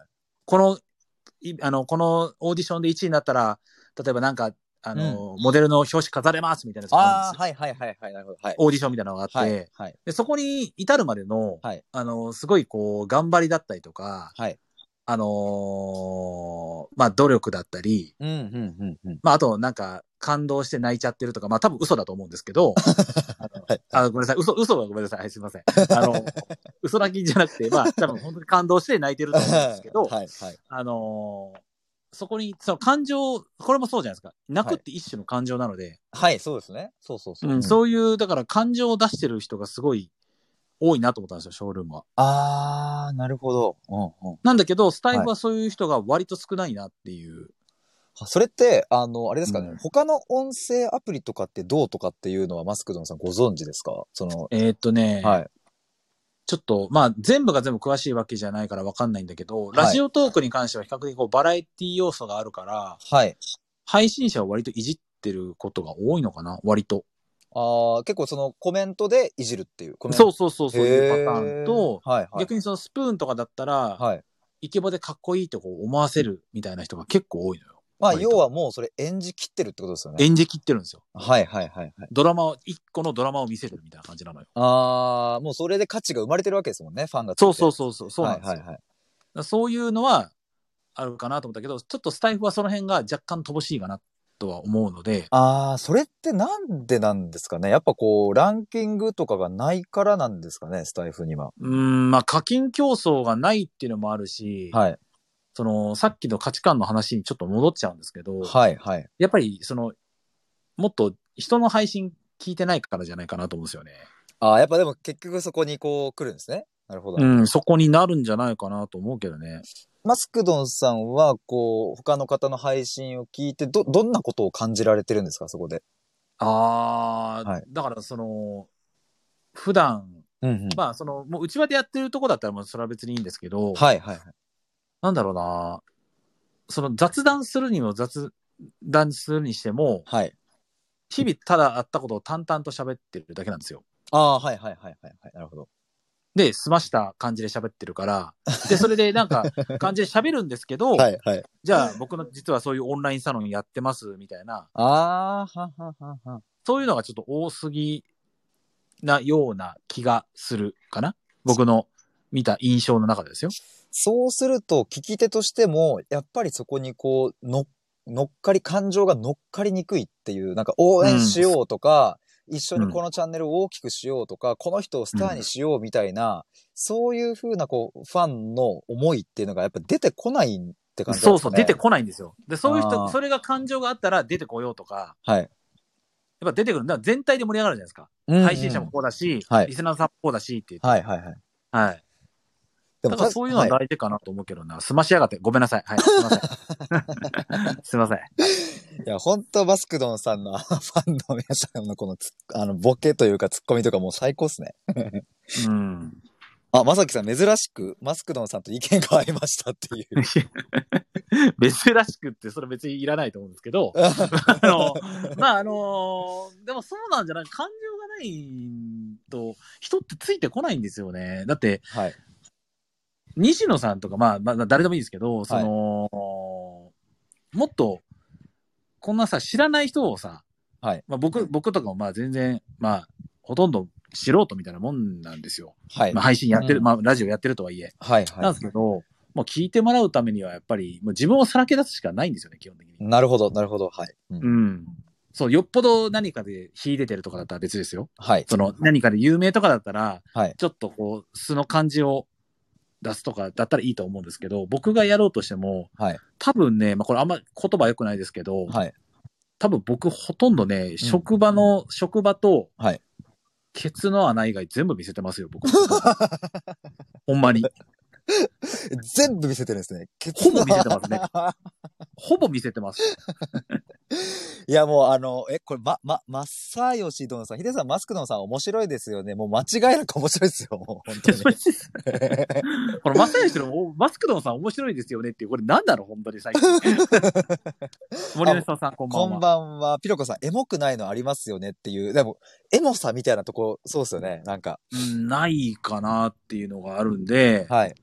この、いあの、このオーディションでいちいになったら、例えばなんか、あの、うん、モデルの表紙飾れますみたいなやつがあるんですよ。 ああ、はいはいはいはい、なるほど。はい。 オーディションみたいなのがあって、 はいはい、 でそこに至るまでの、はい、あの、すごいこう、頑張りだったりとか、はい、あのー、まあ、努力だったり、うんうんうんうん、まあ、あとなんか、感動して泣いちゃってるとか、まあ多分嘘だと思うんですけど、あのはい、あごめんなさい、嘘、嘘はごめんなさい、はい、すいません。あの、嘘泣きじゃなくて、まあ多分本当に感動して泣いてると思うんですけど、はいはい、あのー、そこに、その感情、これもそうじゃないですか。泣くって一種の感情なので。 はい、はい、そうですね。そうそうそう。 うん、そういう、だから感情を出してる人がすごい多いなと思ったんですよ、ショールームは。 あー、なるほど。 うんうん、なんだけど、スタイフはそういう人が割と少ないなっていう。 それって、あの、あれですかね、うん、他の音声アプリとかってどうとかっていうのはマスクドンさんご存知ですか？その。 えー、っとね、はい。ちょっと、まあ、全部が全部詳しいわけじゃないからわかんないんだけど、はい、ラジオトークに関しては比較的こうバラエティ要素があるから、はい。配信者は割といじってることが多いのかな、割と。 ああ、結構そのコメントでいじるっていう。コメントそうそうそう、そういうパターンと、 はいはい、 逆にそのスプーンとかだったら、はい。イケボでかっこいいとこう思わせるみたいな人が結構多いのよ。 まあ、要はもうそれ演じきってるってことですよね。 演じきってるんですよ。 はいはいはい、はい。 ドラマを、一個のドラマを見せるみたいな感じなのよ。 ああ、もうそれで価値が生まれてるわけですもんね、ファンがついて。 そうそうそうそう、そうなんですよ。はいはいはい、そういうのはあるかなと思ったけど、ちょっとスタイフはその辺が若干乏しいかなとは思うので。 ああ、それってなんでなんですかね。やっぱこう、ランキングとかがないからなんですかね、スタイフには。 うん、まあ課金競争がないっていうのもあるし、はい。その、さっきの価値観の話にちょっと戻っちゃうんですけど、はいはい。やっぱり、その、もっと人の配信聞いてないからじゃないかなと思うんですよね。 ああ、やっぱでも結局そこにこう来るんですね。なるほど。 うん、そこになるんじゃないかなと思うけどね。 マスクドンさんは、こう、他の方の配信を聞いて、ど、どんなことを感じられてるんですか、そこで。 ああ、はい、だからその、普段、うんうん、まあその、もう内輪でやってるとこだったらもうそれは別にいいんですけど、はいはいはい。なんだろうな、その雑談するにも雑談するにしても、はい。日々ただあったことを淡々と喋ってるだけなんですよ。 ああ、はいはいはいはい、はい。なるほど。 で、済ました感じで喋ってるから、で、それでなんか感じで喋るんですけど、はいはい。じゃあ僕の実はそういうオンラインサロンやってますみたいな。ああ、はははは。そういうのがちょっと多すぎなような気がするかな。僕の見た印象の中でですよ。 そうすると、聞き手としても、やっぱりそこにこう、の、乗っかり、感情が乗っかりにくいっていう、なんか応援しようとか、うん、一緒にこのチャンネルを大きくしようとか、うん、この人をスターにしようみたいな、うん、そういう風なこう、ファンの思いっていうのがやっぱ出てこないって感じなんですね。 そうそう、出てこないんですよ。で、そういう人、それが感情があったら出てこようとか、はい。やっぱ出てくる。だから全体で盛り上がるじゃないですか。うんうん、配信者もこうだし、はい、リスナーさんもこうだしって言って。はいはいはい。はい。だからそういうのは大事かなと思うけどな。はい、済ましやがって。ごめんなさい。はい。すいません。すいません。 いや、ほんとバスクドンさんのファンの皆さんのこのつ、あの、ボケというかツッコミとかもう最高っすね。うん。あ、まさきさん珍しくマスクドンさんと意見が合いましたっていう。 珍しくってそれ別にいらないと思うんですけど。あの、まああのー、でもそうなんじゃない、感情がないと人ってついてこないんですよね。だって、はい、西野さんとか、まあ、まあ、誰でもいいですけど、その、はい、もっと、こんなさ、知らない人をさ、はい。まあ、僕、僕とかもまあ全然、まあ、ほとんど素人みたいなもんなんですよ。はい。まあ、配信やってる、うん、まあ、ラジオやってるとはいえ。はい、はい。なんですけど、もう聞いてもらうためには、やっぱり、もう自分をさらけ出すしかないんですよね、基本的に。 なるほど、なるほど、はい。 うん。うん、そう、よっぽど何かで秀でてるとかだったら別ですよ。はい。その、何かで有名とかだったら、はい。ちょっとこう、素の感じを、出すとかだったらいいと思うんですけど、僕がやろうとしても、はい、多分ね、まあ、これあんま言葉良くないですけど、はい、多分僕ほとんどね、うん、職場の、職場と、はい、ケツの穴以外全部見せてますよ、僕。ほんまに。 全部見せてるんですね。 ほぼ見せてますね。ほぼ見せてます。 いや、もうあの、え、これ、ま、ま、まさよしどんさん、ヒデさん、マスクドンさん面白いですよね。もう間違いなく面白いですよ、もう、本当に。 このまさよしの、マスクドンさん面白いですよねっていう、これ何だろう、本当に最近。森根さん、こんばんは。 こんばんは。ピロコさん、エモくないのありますよねっていう、でも、エモさみたいなとこ、そうですよね、なんか。 うん、ないかなっていうのがあるんで、はい。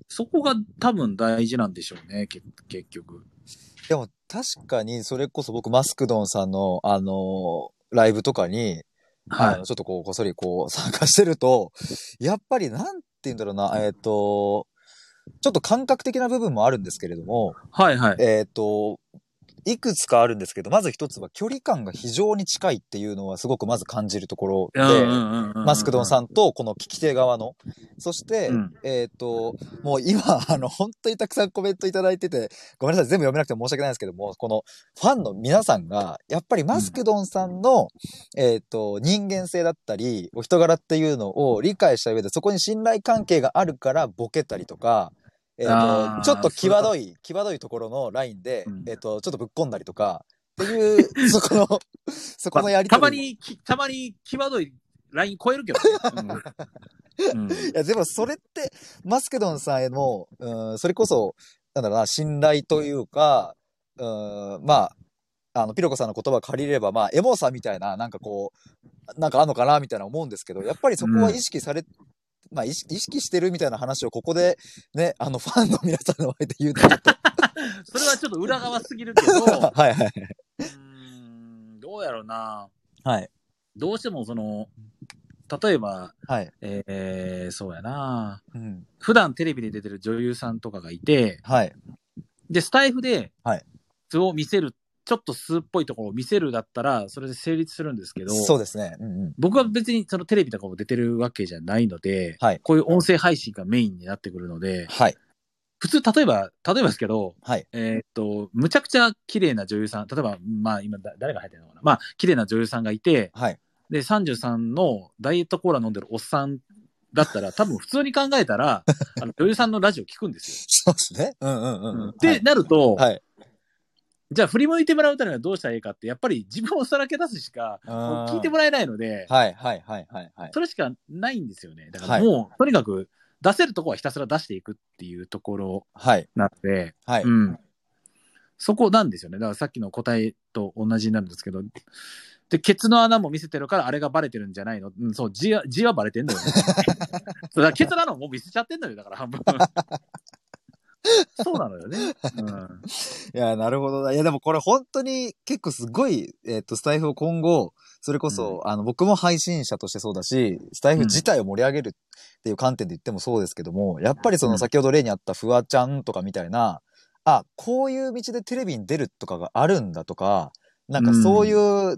そこが多分大事なんでしょうね、結局。 でも確かにそれこそ僕マスクドンさんのあのライブとかに、はい、あのちょっとこうこっそりこう参加してると、やっぱりなんて言うんだろうな、えっとちょっと感覚的な部分もあるんですけれども、 はいはい。 えっといくつかあるんですけど、まず一つは距離感が非常に近いっていうのはすごくまず感じるところで、マスクドンさんとこの聞き手側の、そして、うん、えっと、もう今、あの、本当にたくさんコメントいただいてて、ごめんなさい、全部読めなくて申し訳ないんですけども、このファンの皆さんが、やっぱりマスクドンさんの、うん、えっと、人間性だったり、お人柄っていうのを理解した上で、そこに信頼関係があるからボケたりとか、えっ、ー、と、ちょっと際どい、際どいところのラインで、うん、えっ、ー、と、ちょっとぶっ込んだりとか、っていう、そこの、そこのやりとり、 まあ。たまに、たまに際どいライン超えるけどね。 うん、いや、でもそれって、マスケドンさんへの、うん、それこそ、なんだろうな、信頼というか、うん、まあ、あの、ピロコさんの言葉を借りれば、まあ、エモさみたいな、なんかこう、なんかあんのかな、みたいな思うんですけど、やっぱりそこは意識され、うんまあ意識、意識してるみたいな話をここでね、あのファンの皆さんの前で言うとちょっとそれはちょっと裏側すぎるけど、 はいはい。 うーん、どうやろうな。 はい。 どうしてもその、例えば、 はい。 えー、そうやな、 うん。 普段テレビで出てる女優さんとかがいて、 はい。 で、スタイフで、 はい。 素を見せる、ちょっと素っぽいところを見せるだったら、それで成立するんですけど、 そうですね。うんうん、 僕は別にそのテレビとかも出てるわけじゃないので、 はい、 こういう音声配信がメインになってくるので、 はい、 普通、例えば、例えばですけど、 はい、 えー、っと、むちゃくちゃ綺麗な女優さん、例えば、まあ今、誰が入ってるのかな、まあ、綺麗な女優さんがいて、 はい、 で、さんじゅうさんのダイエットコーラ飲んでるおっさんだったら、多分普通に考えたら、あの女優さんのラジオ聞くんですよ。そうですね。うんうんうん。 うん、で、はい、なると、 はい、 じゃあ振り向いてもらうためにはどうしたらいいかって、やっぱり自分をさらけ出すしか、もう聞いてもらえないので、 はいはいはいはい、はい。 それしかないんですよね。だからもう、はい、とにかく出せるところはひたすら出していくっていうところなので、 はい、 うん。そこなんですよね。だからさっきの答えと同じになるんですけど、で、ケツの穴も見せてるからあれがバレてるんじゃないの、うん、そう、字は、字はバレてんのよ、ね。そうだ、ケツの穴も見せちゃってんのよ、だから半分。そうなのよね。うん。 いや、なるほどな。いや、でもこれ本当に結構すごい、えっと、スタイフを今後、それこそ、うん、あの、僕も配信者としてそうだし、スタイフ自体を盛り上げるっていう観点で言ってもそうですけども、やっぱりその先ほど例にあったフワちゃんとかみたいな、あ、こういう道でテレビに出るとかがあるんだとか、なんかそういう、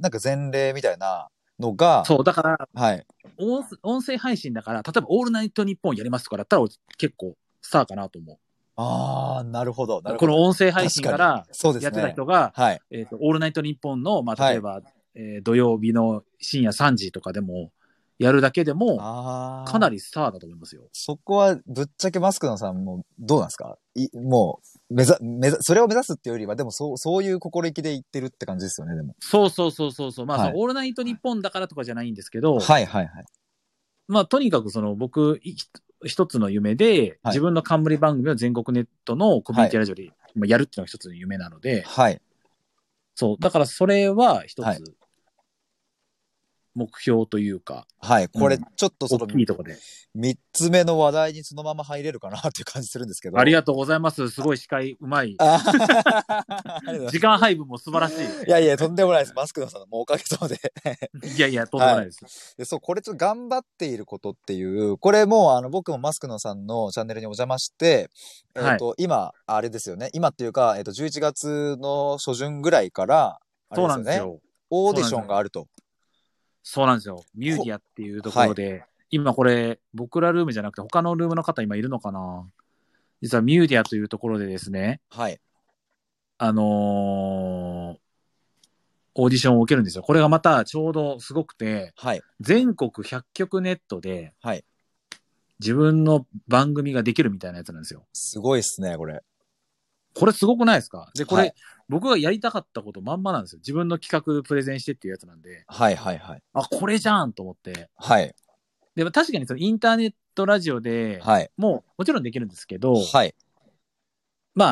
なんか前例みたいなのが、 そう、だから、 はい。 音声配信だから、例えばオールナイトニッポンやりますとかだったら結構スターかなと思う。 ああ、なるほど。なるほどこの音声配信からやってた人が、 ね、はい。 えっ、ー、と、オールナイトニッポンの、まあ、例えば、はい、えー、土曜日の深夜さんじとかでも、やるだけでも、かなりスターだと思いますよ。 そこは、ぶっちゃけマスクのさんも、どうなんですかいもう、目ざ、目ざ、それを目指すっていうよりは、でも、そう、そういう心意気で言ってるって感じですよね、でも。 そうそうそうそうそう。まあ、はい、そのオールナイトニッポンだからとかじゃないんですけど、 はいはいはい。 まあ、とにかくその、僕、一つの夢で、自分の冠番組を全国ネットのコミュニティラジオでやるっていうのが一つの夢なので、 はい。 そう。だからそれは一つ、目標というか。 はい。これ、ちょっとその、 大きいとこで。 三つ目の話題にそのまま入れるかなっていう感じするんですけど。 ありがとうございます。すごい司会うまい。時間配分も素晴らしい。 いやいや、とんでもないです。マスクのさんのもうおかげさまで。 いやいや、とんでもないです、 はい、で。そう、これちょっと頑張っていることっていう、これもうあの僕もマスクのさんのチャンネルにお邪魔して、えっ、ー、と、はい、今、あれですよね。今っていうか、えっ、ー、と、じゅういちがつの初旬ぐらいから、あれですよね。そうなんですよ。オーディションがあると。 そうなんですよ。ミューディアっていうところで、はい、今これ、僕らルームじゃなくて他のルームの方今いるのかな？実はミューディアというところでですね、 はい。 あのー、オーディションを受けるんですよ。これがまたちょうどすごくて、 はい、 全国ひゃっきょくネットで、 はい、 自分の番組ができるみたいなやつなんですよ。 すごいっすね、これ。 これすごくないですか？で、これ、はい、僕がやりたかったことまんまなんですよ。自分の企画プレゼンしてっていうやつなんで。 はいはいはい。 あ、これじゃんと思って。 はい。 でも確かにそのインターネットラジオで、はい、もうもちろんできるんですけど、 はい。 まあ、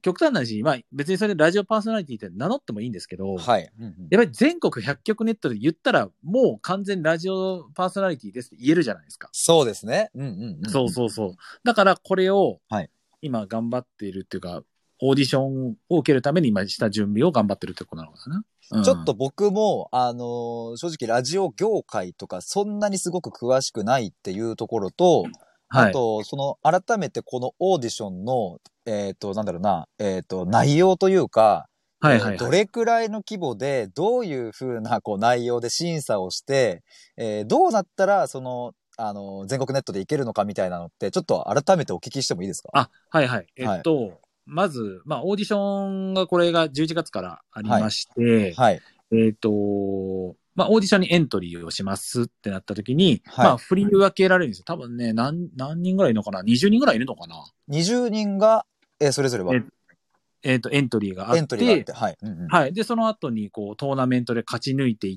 極端な話、まあ別にそれラジオパーソナリティって名乗ってもいいんですけど、 はい。うんうん、 やっぱり全国ひゃくきょくネットで言ったら、もう完全にラジオパーソナリティですって言えるじゃないですか。 そうですね。うんうんうんうん、 そうそうそう。だからこれを、 はい、 今頑張っているっていうか、オーディションを受けるために今した準備を頑張ってるってことなのかな。うん、 ちょっと僕も、あのー、正直ラジオ業界とかそんなにすごく詳しくないっていうところと、あと、はい、その、改めてこのオーディションの、えっ、ー、と、なんだろうな、えっ、ー、と、内容というか、はいはいはい、えー、どれくらいの規模で、どういうふうな、こう、内容で審査をして、えー、どうなったら、その、あの、全国ネットでいけるのかみたいなのって、ちょっと改めてお聞きしてもいいですか？ あ、はいはい。えっと、はい、まず、まあ、オーディションがこれがじゅういちがつからありまして、はいはい、えっと、まあ、オーディションにエントリーをしますってなった時に、はい、まあ、振り分けられるんですよ。多分ね、何、何人ぐらいいるのかな ?にじゅう 人ぐらいいるのかな ? にじゅう 人が、えー、それぞれはええっ、ー、と、エントリーがあって、エントリーがあって、はい。うんうん、はい。で、その後に、こう、トーナメントで勝ち抜いていって、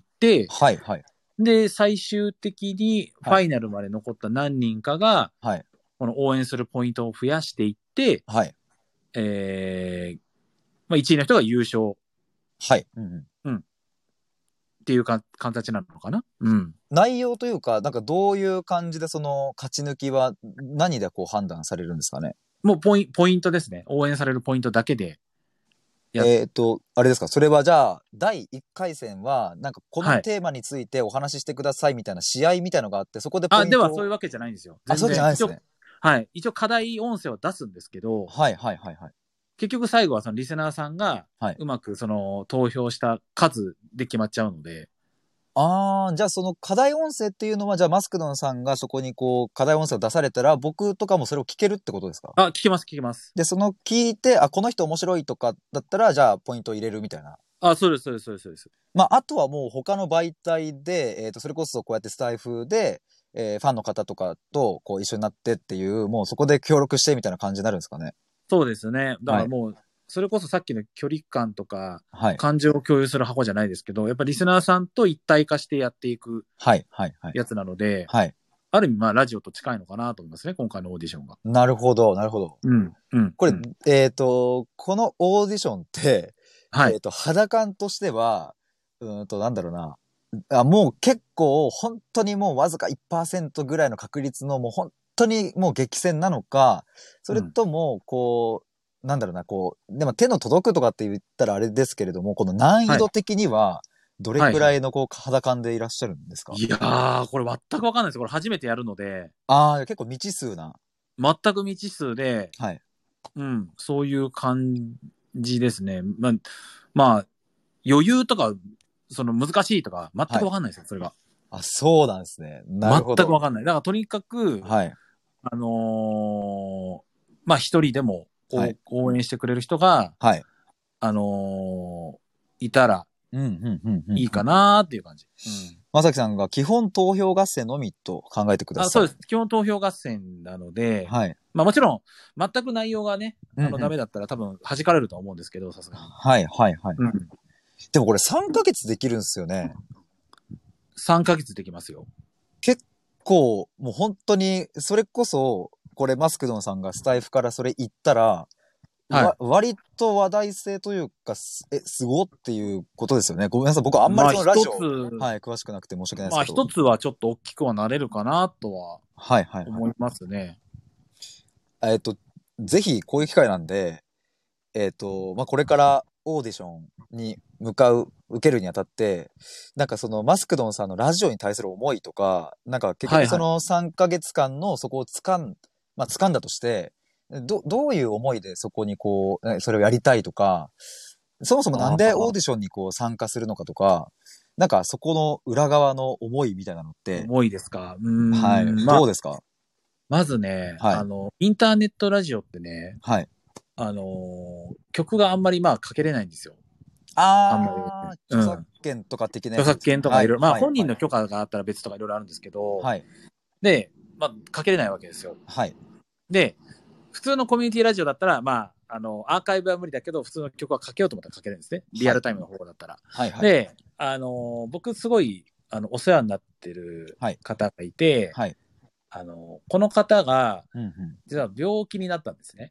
はい、はい。で、最終的に、ファイナルまで残った何人かが、はい。この応援するポイントを増やしていって、はい。えー、まあ、いちいの人が優勝。はい。うん、うん。うん。っていうか、形なのかな。うん。 内容というか、なんかどういう感じでその勝ち抜きは何でこう判断されるんですかね？ もうポインポイントですね。応援されるポイントだけで。 えっと、あれですか、それはじゃあ、だいいっかい戦は、なんかこのテーマについてお話ししてくださいみたいな試合みたいのがあって、そこでポイントを。 あ、ではそういうわけじゃないんですよ。 あ、そういうわけじゃないですね。 はい。一応課題音声を出すんですけど、 はいはいはいはい。 結局最後はそのリスナーさんが、うまくその投票した数で決まっちゃうので。 ああ、じゃあその課題音声っていうのは、じゃあマスクドンさんがそこにこう課題音声を出されたら、僕とかもそれを聞けるってことですか？ あ、聞けます聞けます。 で、その聞いて、あ、この人面白いとかだったら、じゃあポイントを入れるみたいな。 あ、そうですそうですそうですそうです。 まあ、あとはもう他の媒体で、えっと、それこそこうやってスタイフで、えー、ファンの方とかとこう一緒になってっていう、もうそこで協力してみたいな感じになるんですかね？ そうですね。だからもう、はい、それこそさっきの距離感とか、はい、感情を共有する箱じゃないですけど、やっぱりリスナーさんと一体化してやっていくやつなので、はいはい、ある意味まあラジオと近いのかなと思いますね、今回のオーディションが。 なるほど、なるほど。うん。うん、これ、うん、えっと、このオーディションって、はい、えっと、肌感としては、うんと、なんだろうな。あ、もう結構、本当にもうわずか いちパーセント ぐらいの確率のもう本当にもう激戦なのか、それとも、こう、うん、なんだろうな、こう、でも手の届くとかって言ったらあれですけれども、この難易度的には、どれくらいのこう肌感でいらっしゃるんですか？ いやー、これ全くわかんないです。これ初めてやるので。 ああ、結構未知数な。 全く未知数で、はい。うん、そういう感じですね。まあ、まあ、余裕とか、その難しいとか、全くわかんないですよ、はい、それが。 あ、そうなんですね。なるほど。 全くわかんない。だからとにかく、はい。あのー、まあ一人でも、はい、応援してくれる人が、はい。あのー、いたら、うん、うん、うん、いいかなーっていう感じ。うん。 まさきさんが基本投票合戦のみと考えてください。 あ、そうです。基本投票合戦なので、はい。まあもちろん、全く内容がね、あの、うんうん、ダメだったら多分弾かれると思うんですけど、さすがに。 はい、はい、はい。うん、でもこれさんかげつできるんですよね。 さんかげつできますよ。 結構、もう本当に、それこそ、これマスクドンさんがスタイフからそれ言ったら、はい、割と話題性というか、え、すごっていうことですよね。ごめんなさい。僕あんまりそのラジオ、はい、詳しくなくて申し訳ないですけど。 まあ一つはちょっと大きくはなれるかなとは、はいはい。思いますね。 えっと、ぜひこういう機会なんで、えっと、まあ、これからオーディションに向かう、受けるにあたって、なんかそのマスクドンさんのラジオに対する思いとか、なんか結局そのさんかげつかんのそこを掴ん、まあ、掴んだとして、ど、どういう思いでそこにこう、それをやりたいとか、そもそもなんでオーディションにこう参加するのかとか、なんかそこの裏側の思いみたいなのって。 思いですか。うーん。 はい。まあ、どうですか？ まずね、はい、あの、インターネットラジオってね、はい。あのー、曲があんまりまあかけれないんですよ。 ああんまり、ね、著作権とか的なやつ、 著作権とかいろいろ、まあ本人の許可があったら別とかいろいろあるんですけど、はい。で、まあかけれないわけですよ。はい。で、普通のコミュニティラジオだったら、まあ、あの、アーカイブは無理だけど、普通の曲はかけようと思ったらかけるんですね。リアルタイムの方だったら。はい。はいはい、で、あの、僕すごい、あの、お世話になってる方がいて、はい。はい、あの、この方が、実は病気になったんですね。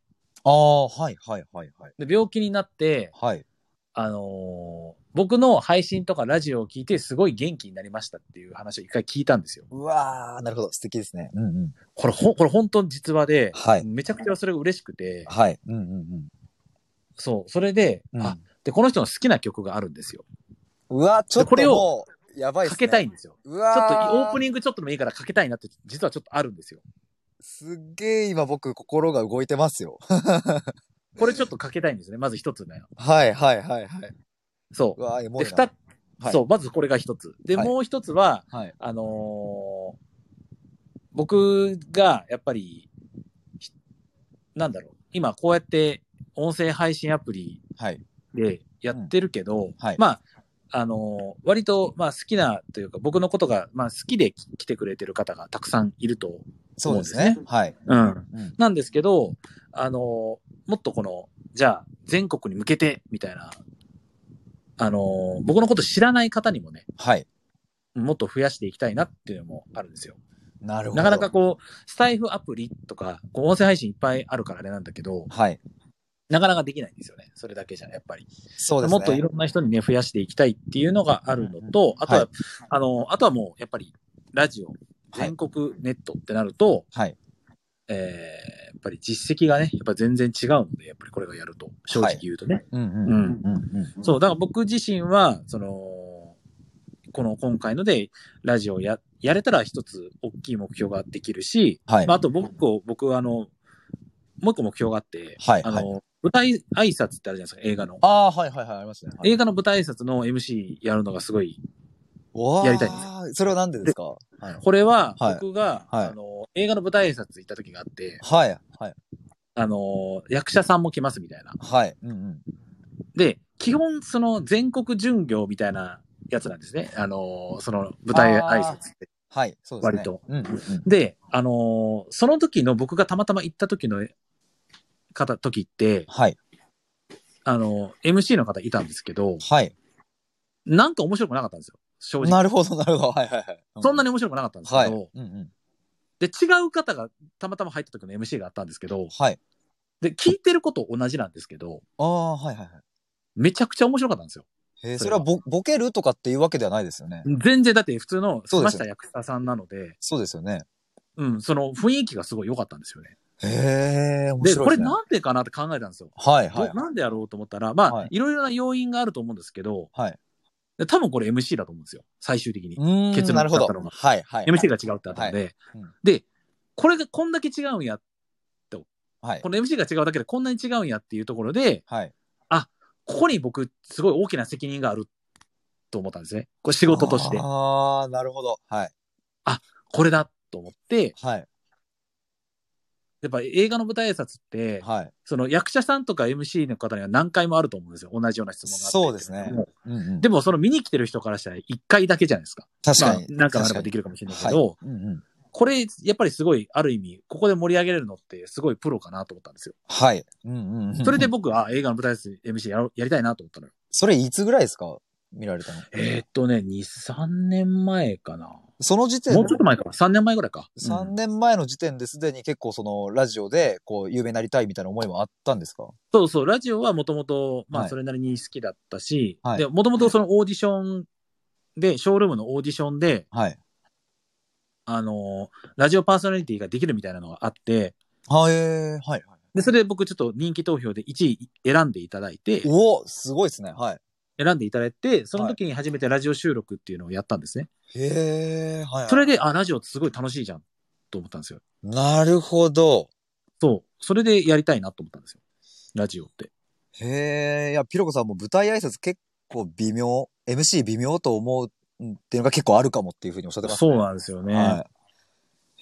ああ、はいはいはいはい。 で、病気になって、 はい。 あのー、僕の配信とかラジオを聞いてすごい元気になりましたっていう話を一回聞いたんですよ。 うわー、なるほど。素敵ですね。うんうん。 これほ、これ本当に実話で、 はい。 めちゃくちゃそれが嬉しくて、 はい。うんうんうん。 そう、それで、 うん、 あ、で、この人の好きな曲があるんですよ。 うわ、ちょっこれをともう、やばいっかすね。 けたいんですよ。 うちょっとオーわー、 プニングちょっとでもいいからかけたいなって、実はちょっとあるんですよ。 すっげー今僕心が動いてますよ。 これちょっとかけたいんですね。まず一つね。 はいはいはいはい。 そう。 うわー、エモで、 いな。 二、 はい。 そう、まずこれが一つ。で、 はい。 もう一つは、 はい。 あのー僕がやっぱり、なんだろう、今こうやって音声配信アプリはい。 でやってるけど、 うん、はい。 まあ、あのー割と、まあ好きなというか、僕のことが、まあ好きで来てくれてる方がたくさんいるとそうですね。 思うんですね。 はい。 うん。 うん。 なんですけど、あのーもっとこの、じゃあ、全国に向けて、みたいな、あのー僕のこと知らない方にもね、 はい。 もっと増やしていきたいなっていうのもあるんですよ。 なるほど。 なかなかこう、スタイフアプリとか、こう音声配信いっぱいあるからあれなんだけど、 はい。 なかなかできないんですよね。それだけじゃ、やっぱり。 そうですね。 もっといろんな人にね、増やしていきたいっていうのがあるのと、あとは、 はい。 あの、あとはもう、やっぱり、ラジオ、全国ネットってなると、 はい。 えー、やっぱり実績がね、やっぱ全然違うので、やっぱりこれがやると、正直言うとね。 うんうんううんんうんうん。 そう、だから僕自身は、その、この今回ので、ラジオや、やれたら一つ大きい目標ができるし、 はい。 まあ、あと僕を、僕はあの、もう一個目標があって、 はい。 あの、 はい。 舞台挨拶ってあるじゃないですか、映画の。 ああ、はいはいはい、ありますね。はい、 映画の舞台挨拶の エムシー やるのがすごいやりたいんですよ。 わあ、それはなんでですか？はい。 これは、 はい。 僕が、 はい。 あの、映画の舞台挨拶行った時があって、 はい。はい。 あの、役者さんも来ますみたいな。 はい。うんうん。 で、基本、その全国巡業みたいなやつなんですね。あの、その舞台挨拶って。 はい、そうですね。 割と。 うんうんうん、 で、あの、その時の僕がたまたま行った時の方、時って、 はい。 あの、エムシー の方いたんですけど、 はい。 なんか面白くなかったんですよ。正直。 なるほど、なるほど。はいはいはい。 うん、そんなに面白くなかったんですけど、はい、うんうん、で、違う方がたまたま入った時の エムシー があったんですけど、 はい。 で、聞いてること同じなんですけど、 ああ、はいはいはい。 めちゃくちゃ面白かったんですよ。 へえ、それはボボケるとかっていうわけではないですよね。 全然、だって普通の済ました役者さんなので、 そうですよね。 うん、その雰囲気がすごい良かったんですよね。 へえ、面白いですね。 で、これなんでかなって考えたんですよ。 はいはい。 なんでやろうと思ったら、まあ、はい、いろいろな要因があると思うんですけど、はい。多分これ エムシー だと思うんですよ。最終的に。結論だったのが。はいはい、はい。エムシー が違うってあったので、はいうん。で、これがこんだけ違うんやと。はい。この エムシー が違うだけでこんなに違うんやっていうところで、はい。あ、ここに僕、すごい大きな責任があると思ったんですね。これ仕事として。 ああ、なるほど。はい。 あ、これだと思って、 はい。 やっぱ映画の舞台挨拶って、はい、その役者さんとか エムシー の方には何回もあると思うんですよ。同じような質問があって。 そうですね。 うんうん、でもその見に来てる人からしたらいっかいだけじゃないですか。 確かに。 まあ、何回もあればできるかもしれないけど、はいうんうん、これやっぱりすごいある意味、ここで盛り上げれるのってすごいプロかなと思ったんですよ。 はい。うんうんうん、 それで僕は映画の舞台挨拶 エムシー や, やりたいなと思ったのよ。 それいつぐらいですか？見られたの？ えー、っとね、に、さんねんまえかな。 その時点もうちょっと前か。さんねんまえぐらいか。 さんねんまえの時点ですでに結構そのラジオでこう有名になりたいみたいな思いもあったんですか？ そうそう、ラジオはもともと、まあそれなりに好きだったし、はい、で、もともとそのオーディションで、ショールームのオーディションで、はい。あの、ラジオパーソナリティができるみたいなのがあって、 はい、はい、はい。 で、それで僕ちょっと人気投票でいちい選んでいただいて、 おお、すごいですね。はい。 選んでいただいて、その時に初めてラジオ収録っていうのをやったんですね。 へえ、はい、はい。 それで、あ、ラジオってすごい楽しいじゃん、と思ったんですよ。 なるほど。 そう。それでやりたいなと思ったんですよ。ラジオって。 へえ、いや、ピロコさんも舞台挨拶結構微妙、エムシー 微妙と思うっていうのが結構あるかもっていうふうにおっしゃってますね。 そうなんですよね。 はい。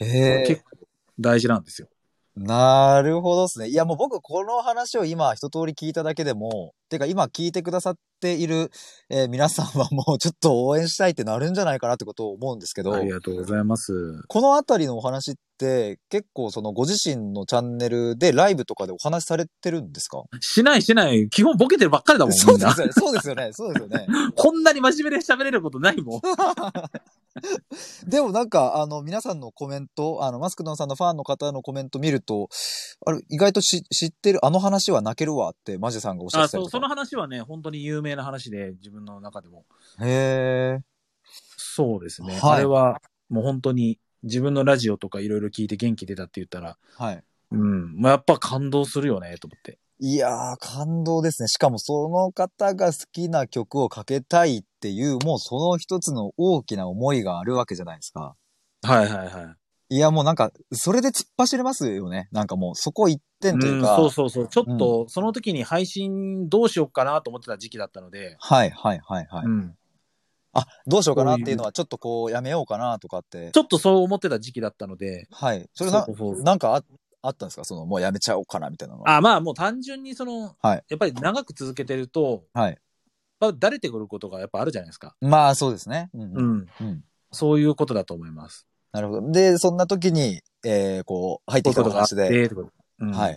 へえ。 結構大事なんですよ。 なるほどですね。いやもう僕この話を今一通り聞いただけでも、てか今聞いてくださっている、えー、皆さんはもうちょっと応援したいってなるんじゃないかなってことを思うんですけど。 ありがとうございます。 このあたりのお話って結構そのご自身のチャンネルでライブとかでお話しされてるんですか？ しないしない。基本ボケてるばっかりだもん。 そうですよね。そうですよね。そうですよね。 こんなに真面目で喋れることないもん。 でもなんか、あの、皆さんのコメント、あの、マスクドンさんのファンの方のコメント見ると、あれ、意外とし知ってる、あの話は泣けるわって、マジさんがおっしゃっあ、そう、 てたりとか。 その話はね、本当に有名な話で、自分の中でも。 へー。 そうですね。あはい。 れは、もう本当に自分のラジオとかいろいろ聞いて元気出たって言ったら、 はい。 うん。まあ、やっぱ感動するよね、と思って。 いやー、感動ですね。しかもその方が好きな曲をかけたいっていう、もうその一つの大きな思いがあるわけじゃないですか。 はいはいはい。 いや、もうなんか、それで突っ走れますよね。なんかもう、そこ一点といううん、そうか、 そうそう。ちょっうん。 と、その時に配信どうしようかなと思ってた時期だったので、 はい、はい、はい、はい。 うん。 あ、どうしようかそういう、 なっていうのは、ちょっとこう、やめようかなとかって。 ちょっとそう思ってた時期だったので、 はい。それな、 そうそう。 なんかあ、あったんですか？その、もうやめちゃおうかなみたいなのは。 あ、まあもう単純にその、 はい。 やっぱり長く続けてると、 はい。 まあ、だれてくることがやっぱあるじゃないですか。 まあ、そうですね。うん、 うん。 うん。うん。 そういうことだと思います。 なるほど。で、そんな時に、えー、こう、入ってきたおこういうことがあっ話で、 て、ってこと。うん。 はい。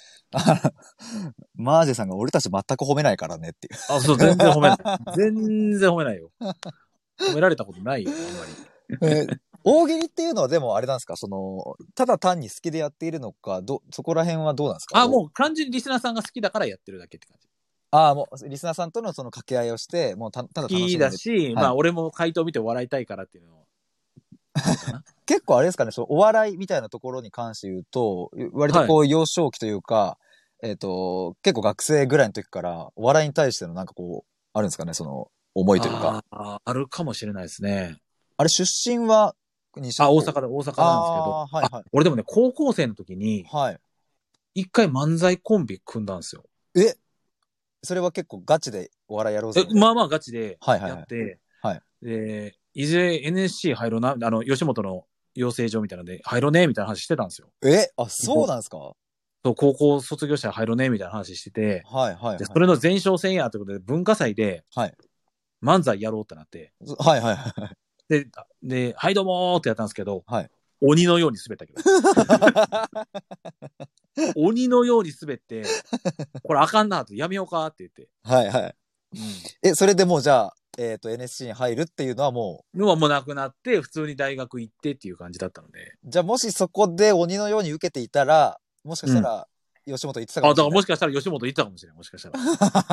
マージェさんが俺たち全く褒めないからねっていう。 あ、そう、全然褒めない。全然褒めないよ。褒められたことないよ、あんまり。 えー大喜利っていうのはでもあれなんですか？その、ただ単に好きでやっているのか、ど、そこら辺はどうなんですか？ あ、 おもう単純にリスナーさんが好きだからやってるだけって感じ。 ああ、もう、リスナーさんとのその掛け合いをして、もうた、ただ楽好きしんで。 だし、 はい。 まあ俺も回答見て笑いたいからっていうのあるかな。 結構あれですかね、そのお笑いみたいなところに関して言うと、割とはい。 こう幼少期というか、えっと、結構学生ぐらいの時からお笑いに対してのなんかこう、あるんですかね、その思いというか。 ああ、あるかもしれないですね。 あれ出身は西あ、 の方？ 大阪だ、大阪なんですけど。 ああー、はいあ、 はい。 俺でもね、高校生の時に、 はい。 一回漫才コンビ組んだんですよ。 え、それは結構ガチでお笑いやろうぜえ、 みたいな。 まあまあガチではいはいはい。 やって、 はい。 で、いずれ エヌエスシー 入ろうな、あの、吉本の養成所みたいなので入ろうね、みたいな話してたんですよ。 え、あ、そうなんですか？はそう、高校卒業したら入ろうね、みたいな話してて、 いはいはい。 で、それの前哨戦や、ということで、文化祭ではい。 漫才やろうってなって、 はいはいはい。 で、で、はいどうもーってやったんですけど、 はい。 鬼のように滑ったけど。鬼のように滑って、これあかんなと、やめようかって言って。 はいはい。 うん。 え、それでもうじゃあ、えっと、エヌエスシー に入るっていうのはものはもうなくなって、普通に大学行ってっていう感じだったので。 う、じゃあもしそこで鬼のように受けていたら、もしかしうん。 たら、吉本行ってたかあ、だもしれない。 からもしかしたら吉本行ったかもしれない、もしかしたら。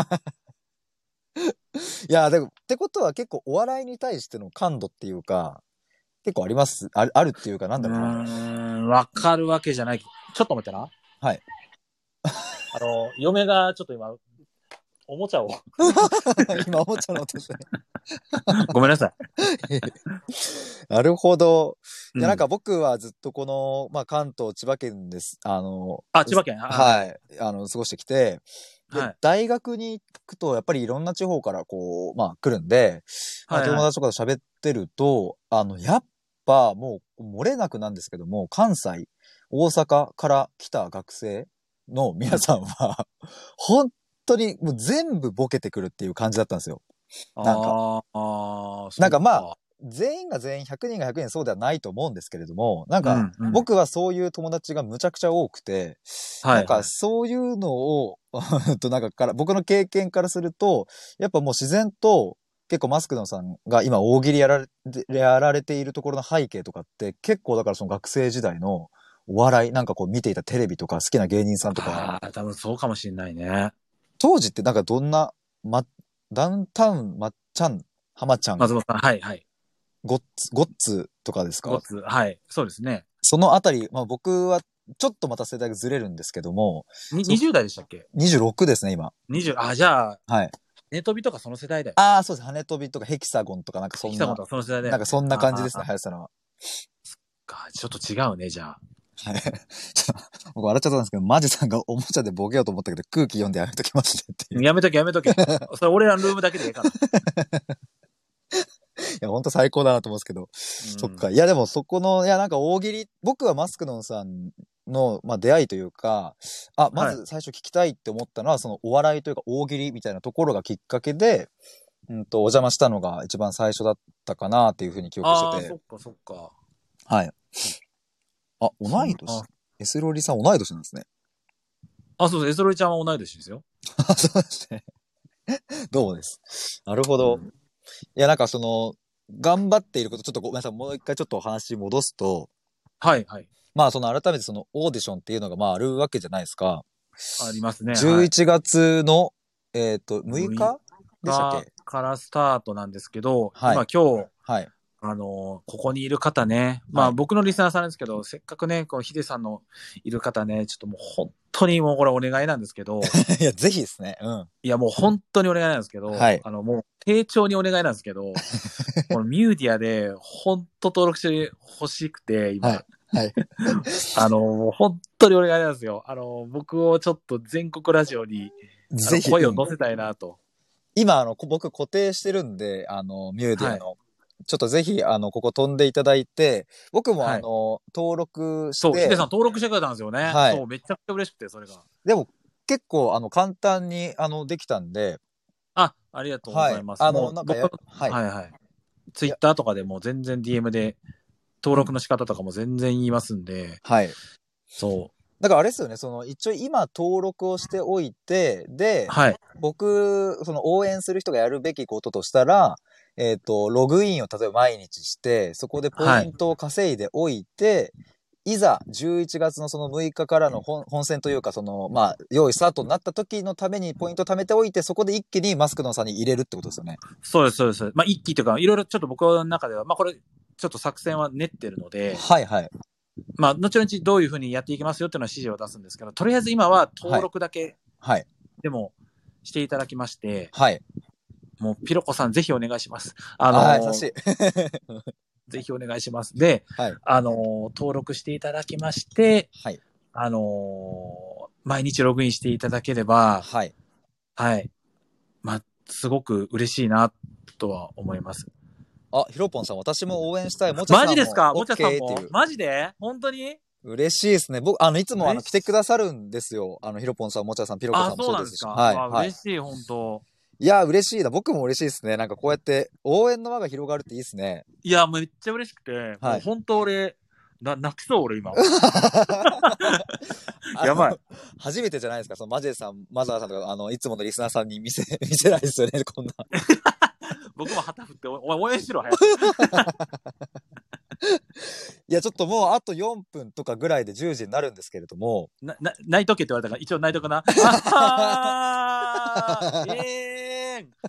いや、でも、ってことは結構お笑いに対しての感度っていうか、結構ありますある、あるっていうか、なんうだろうな。 ーん、わかるわけじゃない。ちょっと待ってな。 はい。 あの、嫁がちょっと今、おもちゃを。 今思っちゃうのですね。 ごめんなさい。 なるほど。いや、なんうん。 か僕はずっとこの、まあ、関東、千葉県です。あの、 あ、千葉県。はいはいはい。 はい。あの、過ごしてきて、で、 はい。 大学に行くと、やっぱりいろんな地方からこう、まあ、来るんで、まあ、 はいはい。 友達とかと喋ってると、あの、やっぱもう、漏れなくなんですけども、関西、大阪から来た学生のうん。 皆さんは、本当にもう全部ボケてくるっていう感じだったんですよ。なんか。 あーあー、 なんかまあ、 そっか。 全員が全員ひゃくにんがひゃくにんそうではないと思うんですけれども、なんかうんうん。 僕はそういう友達がむちゃくちゃ多くて、なんかはいはい。 そういうのを、となんかから、僕の経験からすると、やっぱもう自然と結構マスクドンさんが今大喜利やられて、やられているところの背景とかって結構だからその学生時代のお笑い、なんかこう見ていたテレビとか好きな芸人さんとか、 ああ、多分そうかもしんないね。 当時ってなんかどんな、ま、ダウンタウンまっちゃん、浜ちゃん、 松本さん。はいはい。 ゴッツ、ゴッツとかですか？ ごつ、はい。そうですね。 そのあたり、まあ僕はちょっとまた世代がずれるんですけども、 に、 そ、 にじゅう代でしたっけ？ にじゅうろくですね、今。 にじゅう、あ、じゃあ、 はい。 ネトビとかその世代だよ。 ああ、そうです。羽飛びとかヘキサゴンとかなんかそんな、 ヒサゴンとかその世代だよね。 なんかそんな感じですね、 ああ、 流行ってたのは。 か、ちょっと違うね、じゃあ。 はい。ちょっと、僕笑っちゃったんですけど、マジさんがおもちゃでボケようと思ったけど、空気読んでやめときましてっていう。 やめとけ、やめとけ。それ俺らのルームだけでいいから。 いや、ほんと最高だなと思うんですけど。 うん。 そっか。いや、でもそこの、いや、なんか大喜利、僕はマスクドンさんの、まあ、出会いというか、あ、まはい。 ず最初聞きたいって思ったのは、そのお笑いというか大喜利みたいなところがきっかけで、うんと、お邪魔したのが一番最初だったかなっていうふうに記憶してああ、そて。 っかそっか。 はい。あ、同そんな、 い年。エスロリさん同い年なんですね。 あ、そうそう、エソロリちゃんは同い年ですよ。 そうですね。どうもです。なるほど。 うん。 いや、なんかその、 頑張っていること、ちょっとごめんなさい、もう一回ちょっとお話戻すと、 はいはい。 まあその改めてそのオーディションっていうのがまああるわけじゃないですか。 ありますね。 じゅういちがつの、はい、えっ、ー、と、むいかでしたっけからスタートなんですけど、 はい、 今今日、 はい。 あの、ここにいる方ね、まあ、はい、僕のリスナーさんですけど、せっかくね、このヒデさんのいる方ね、ちょっともう本当にもうこれお願いなんですけど。 いや、ぜひですね。うん。 いや、もう本当にお願いなんですけど、はい、あの、もう、丁重にお願いなんですけど、このミューディアで本当登録してほしくて、今。はい。はい、あの、本当にお願いなんですよ。あの、僕をちょっと全国ラジオに、ぜひ声を乗せたいなと。 今、あの、僕固定してるんで、あの、ミューディアの。はい、ちょっとぜひ、あの、ここ飛んでいただいて、僕も、はい、あの、登録して。 そう、ヒデさん登録してくれたんですよね。はい。そう、めちゃくちゃ嬉しくて、それが。 でも、結構、あの、簡単に、あの、できたんで。 あ、ありがとうございます。はい、あの、なんか、はい、はいはい。ツイッターとかでも全然 ディーエム で、登録の仕方とかも全然言いますんで。 はい。 そう。 だからあれですよね、その、一応今登録をしておいて、で、 はい。 僕、その応援する人がやるべきこととしたら、えっと、ログインを例えば毎日して、そこでポイントを稼いでおいて、はい、いざじゅういちがつのそのむいかからの 本, 本戦というか、その、まあ、用意スタートになった時のためにポイントを貯めておいて、そこで一気にマスクドンさんに入れるってことですよね。 そうです、そうです。まあ、一気というか、いろいろちょっと僕の中では、まあ、これ、ちょっと作戦は練ってるので、 はいはい。 まあ、後々どういうふうにやっていきますよっていうのは指示を出すんですけど、とりあえず今は登録だけ、はい。でも、していただきまして、 はい。 もう、ピロコさんぜひお願いします。あのー、 あ、優しい。 ぜひお願いします。で、はい、あのー、登録していただきまして、はい。あのー、毎日ログインしていただければ、はい。はい。まあ、すごく嬉しいな、とは思います。 あ、ヒロポンさん、私も応援したい。もちゃさんも。 マジですか？もちゃさんも。 マジで？本当に？ 嬉しいですね。僕、あの、いつもあの来てくださるんですよ。あの、ヒロポンさん、もちゃさん、ピロコさんもそうですし。 あ、そうなんですか。 はい。はい、 嬉しい、本当。 いや、嬉しいな。僕も嬉しいですね。なんかこうやって応援の輪が広がるっていいですね。 いや、めっちゃ嬉しくて、はい、もう本当俺、な、泣きそう、俺今。やばい。 初めてじゃないですか、そのマジェさん、マザーさんとか、あの、いつものリスナーさんに見せ、見せないですよね、こんな。 僕も旗振って、お前応援しろ、早く。 いや、ちょっともうあとよんぷんとかぐらいでじゅうじになるんですけれども。 な、な、泣いとけって言われたから、一応泣いとくな。あーえーん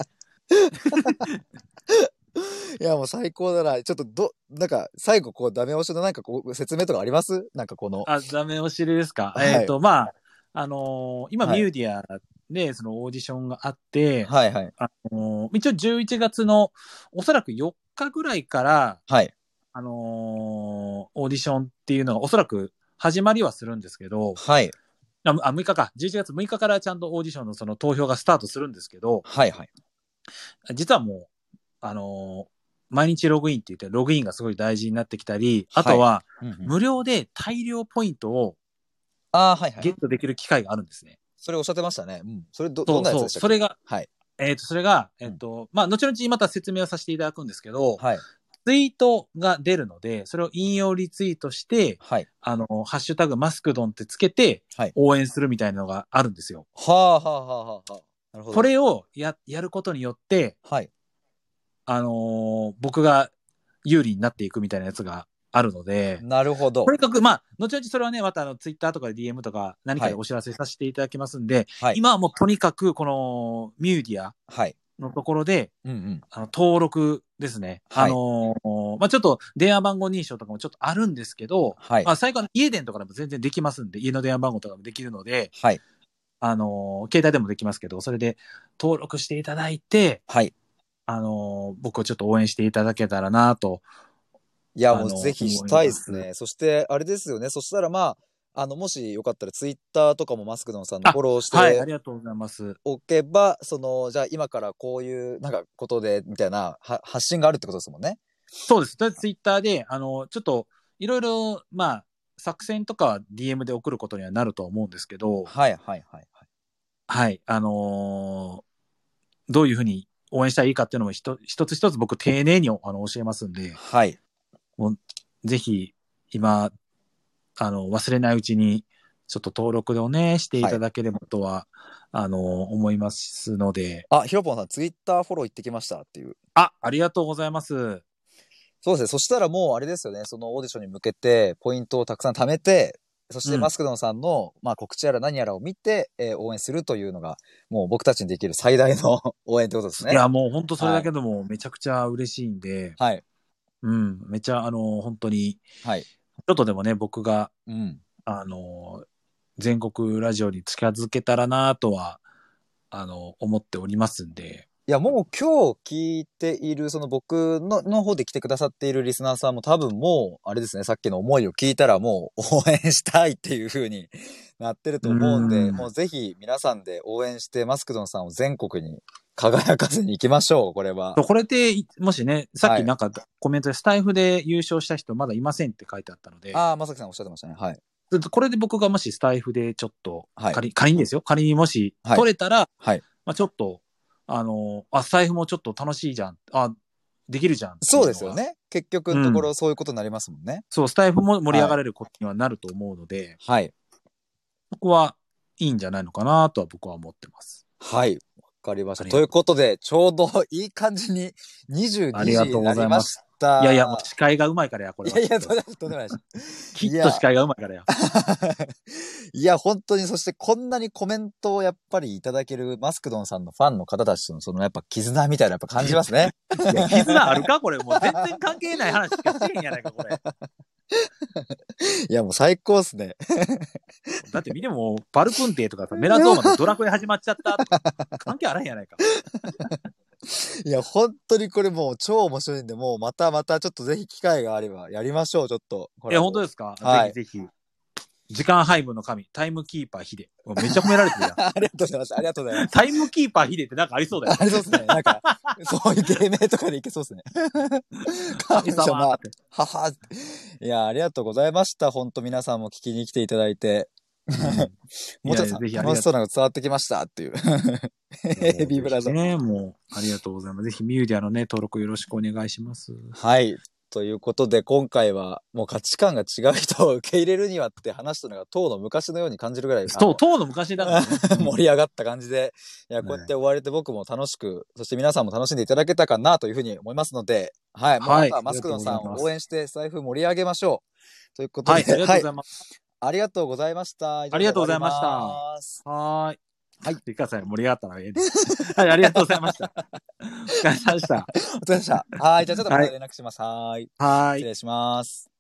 いや、もう最高だな。ちょっとど、なんか、最後、こう、ダメ押しのなんかこう、説明とかありますなんかこの。 あ、ダメ押しですか。はい、えっ、ー、と、まあ、あのー、今、ミューディアで、そのオーディションがあって、 はいはい。 あのー、一応じゅういちがつの、おそらくよっかぐらいから、 はい。 あのー、オーディションっていうのがおそらく始まりはするんですけど、 はい。 あ、むいかか。じゅういちがつむいかからちゃんとオーディションのその投票がスタートするんですけど、 はいはい。 実はもう、あのー、毎日ログインって言って、ログインがすごい大事になってきたり、あとは、無料で大量ポイントをゲットできる機会があるんですね。 それおっしゃってましたね。うん。それど、どんなやつでしたっけ？ そうそう。それが、はい。えっと、それが、えっと、うん、まあ、後々また説明をさせていただくんですけど、はい。ツイートが出るので、それを引用リツイートして、はい。あの、ハッシュタグマスクドンってつけて、はい。応援するみたいなのがあるんですよ。 はあはあはあはあ。なるほど。 これをや、やることによって、はい。あのー、僕が有利になっていくみたいなやつがあるので、 なるほど。 とにかく、まあ、後々それはね、またあの、ツイッターとかで ディーエム とか何かでお知らせさせていただきますんで、はい、今はもうとにかくこのミューディアのところで、はい、うんうん、あの登録ですね。はい、あのー、まあちょっと電話番号認証とかもちょっとあるんですけど、はい、まあ最後の家電とかでも全然できますんで、家の電話番号とかもできるので、はい、あのー、携帯でもできますけど、それで登録していただいて、はい、あのー、僕をちょっと応援していただけたらなと。 いや、もうぜひしたいですね。そして、あれですよね。そしたらまあ、あの、もしよかったらツイッターとかもマスクドンさんのフォローして、はい、 ありがとうございます。 おけば、その、じゃあ今からこういう、なんかことで、みたいな、は発信があるってことですもんね。 そうです。とりあえずツイッターで、あの、ちょっと、いろいろ、まあ、作戦とかは ディーエム で送ることにはなると思うんですけど、 はいはいはい。 はい、あのー、どういうふうに応援したらいいかっていうのも一つ一つ僕丁寧にあの教えますんで、はい。もうぜひ、今、あの、忘れないうちにちょっと登録をね、していただければとは、はい、あの、思いますので。 あ、ひろぽんさん、ツイッターフォロー行ってきましたっていう。 あ、ありがとうございます。 そうですね。そしたらもうあれですよね。そのオーディションに向けて、ポイントをたくさん貯めて、そしてマスクドンさんの、うん、まあ、告知やら何やらを見て、えー、応援するというのが、もう僕たちにできる最大の応援ってことですね。 いや、もう本当それだけでもめちゃくちゃ嬉しいんで、 はい。 うん、めちゃ、あの、本当に、 はい。 ちょっとでもね、僕が、 うん、 あの、全国ラジオに近づけたらなとは、あの、思っておりますんで。 いや、もう今日聞いている、その僕のの方で来てくださっているリスナーさんも多分もう、あれですね、さっきの思いを聞いたらもう応援したいっていう風になってると思うんで、うんもうぜひ皆さんで応援してマスクドンさんを全国に輝かせに行きましょう、これは。 これで、もしね、さっきなんかコメントでスタイフで優勝した人まだいませんって書いてあったので。 ああ、まさきさんおっしゃってましたね。はい。 これで僕がもしスタイフでちょっと、 はい、 仮、仮にですよ、仮にもし取れたら、 はいはいまあちょっと、あの、あ、財布もちょっと楽しいじゃん。あ、できるじゃん。 そうですよね。結局のところそういうことになりますもんね。うん、 そう、スタイフも盛り上がれることにはなると思うので、 はい。 そこはいいんじゃないのかなとは僕は思ってます。 はい。わかりました。ということで、ちょうどいい感じににじゅうにじになりました。 いやいや、もう司会がうまいからや、これは。 いやいや、とんでもないです。 きっと司会がうまいからや。 いや、本当に、そしてこんなにコメントをやっぱりいただけるマスクドンさんのファンの方たちとのそのやっぱ絆みたいなやっぱ感じますね。 いや、絆あるかこれ。もう全然関係ない話しかしてへんやないか、これ。 いや、もう最高っすね。 だって見ても、バルクンテとかさ、メラゾーマとドラクエ始まっちゃったとか、関係あらへんやないか。 いや、本当にこれもう超面白いんで、もうまたまたちょっとぜひ機会があればやりましょう、ちょっと。 いや、本当ですか、 はい、 ぜひぜひ。時間配分の神、タイムキーパーヒデ。めっちゃ褒められてるやん。 ありがとうございます。ありがとうございます。 タイムキーパーヒデってなんかありそうだよ。 ありそうですね。なんか、そういう芸名とかでいけそうですね。神様。はは。いや、ありがとうございました。本当皆さんも聞きに来ていただいて。もちろんさん、楽しそうなのが伝わってきましたっていう。エビブラザー。 ね、もう、ありがとうございます。ぜひミューディアのね、登録よろしくお願いします。 はい。ということで、今回はもう価値観が違う人を受け入れるにはって話したのが、当の昔のように感じるぐらい。 当の昔だから、ね、 盛り上がった感じで、いや、こうやって終われて僕も楽しく、そして皆さんも楽しんでいただけたかなというふうに思いますので、はい。もうあとはマスクドンさんを応援して財布盛り上げましょう。ということで、 はい、ありがとうございます。 ありがとうございました。 ありがとうございました。はい。 はい。 リカさん盛り上がったな。はい、ありがとうございました。お疲れ様でした。 お疲れ様でした。はい。じゃあちょっとまた連絡します。はい。 はい。 失礼します。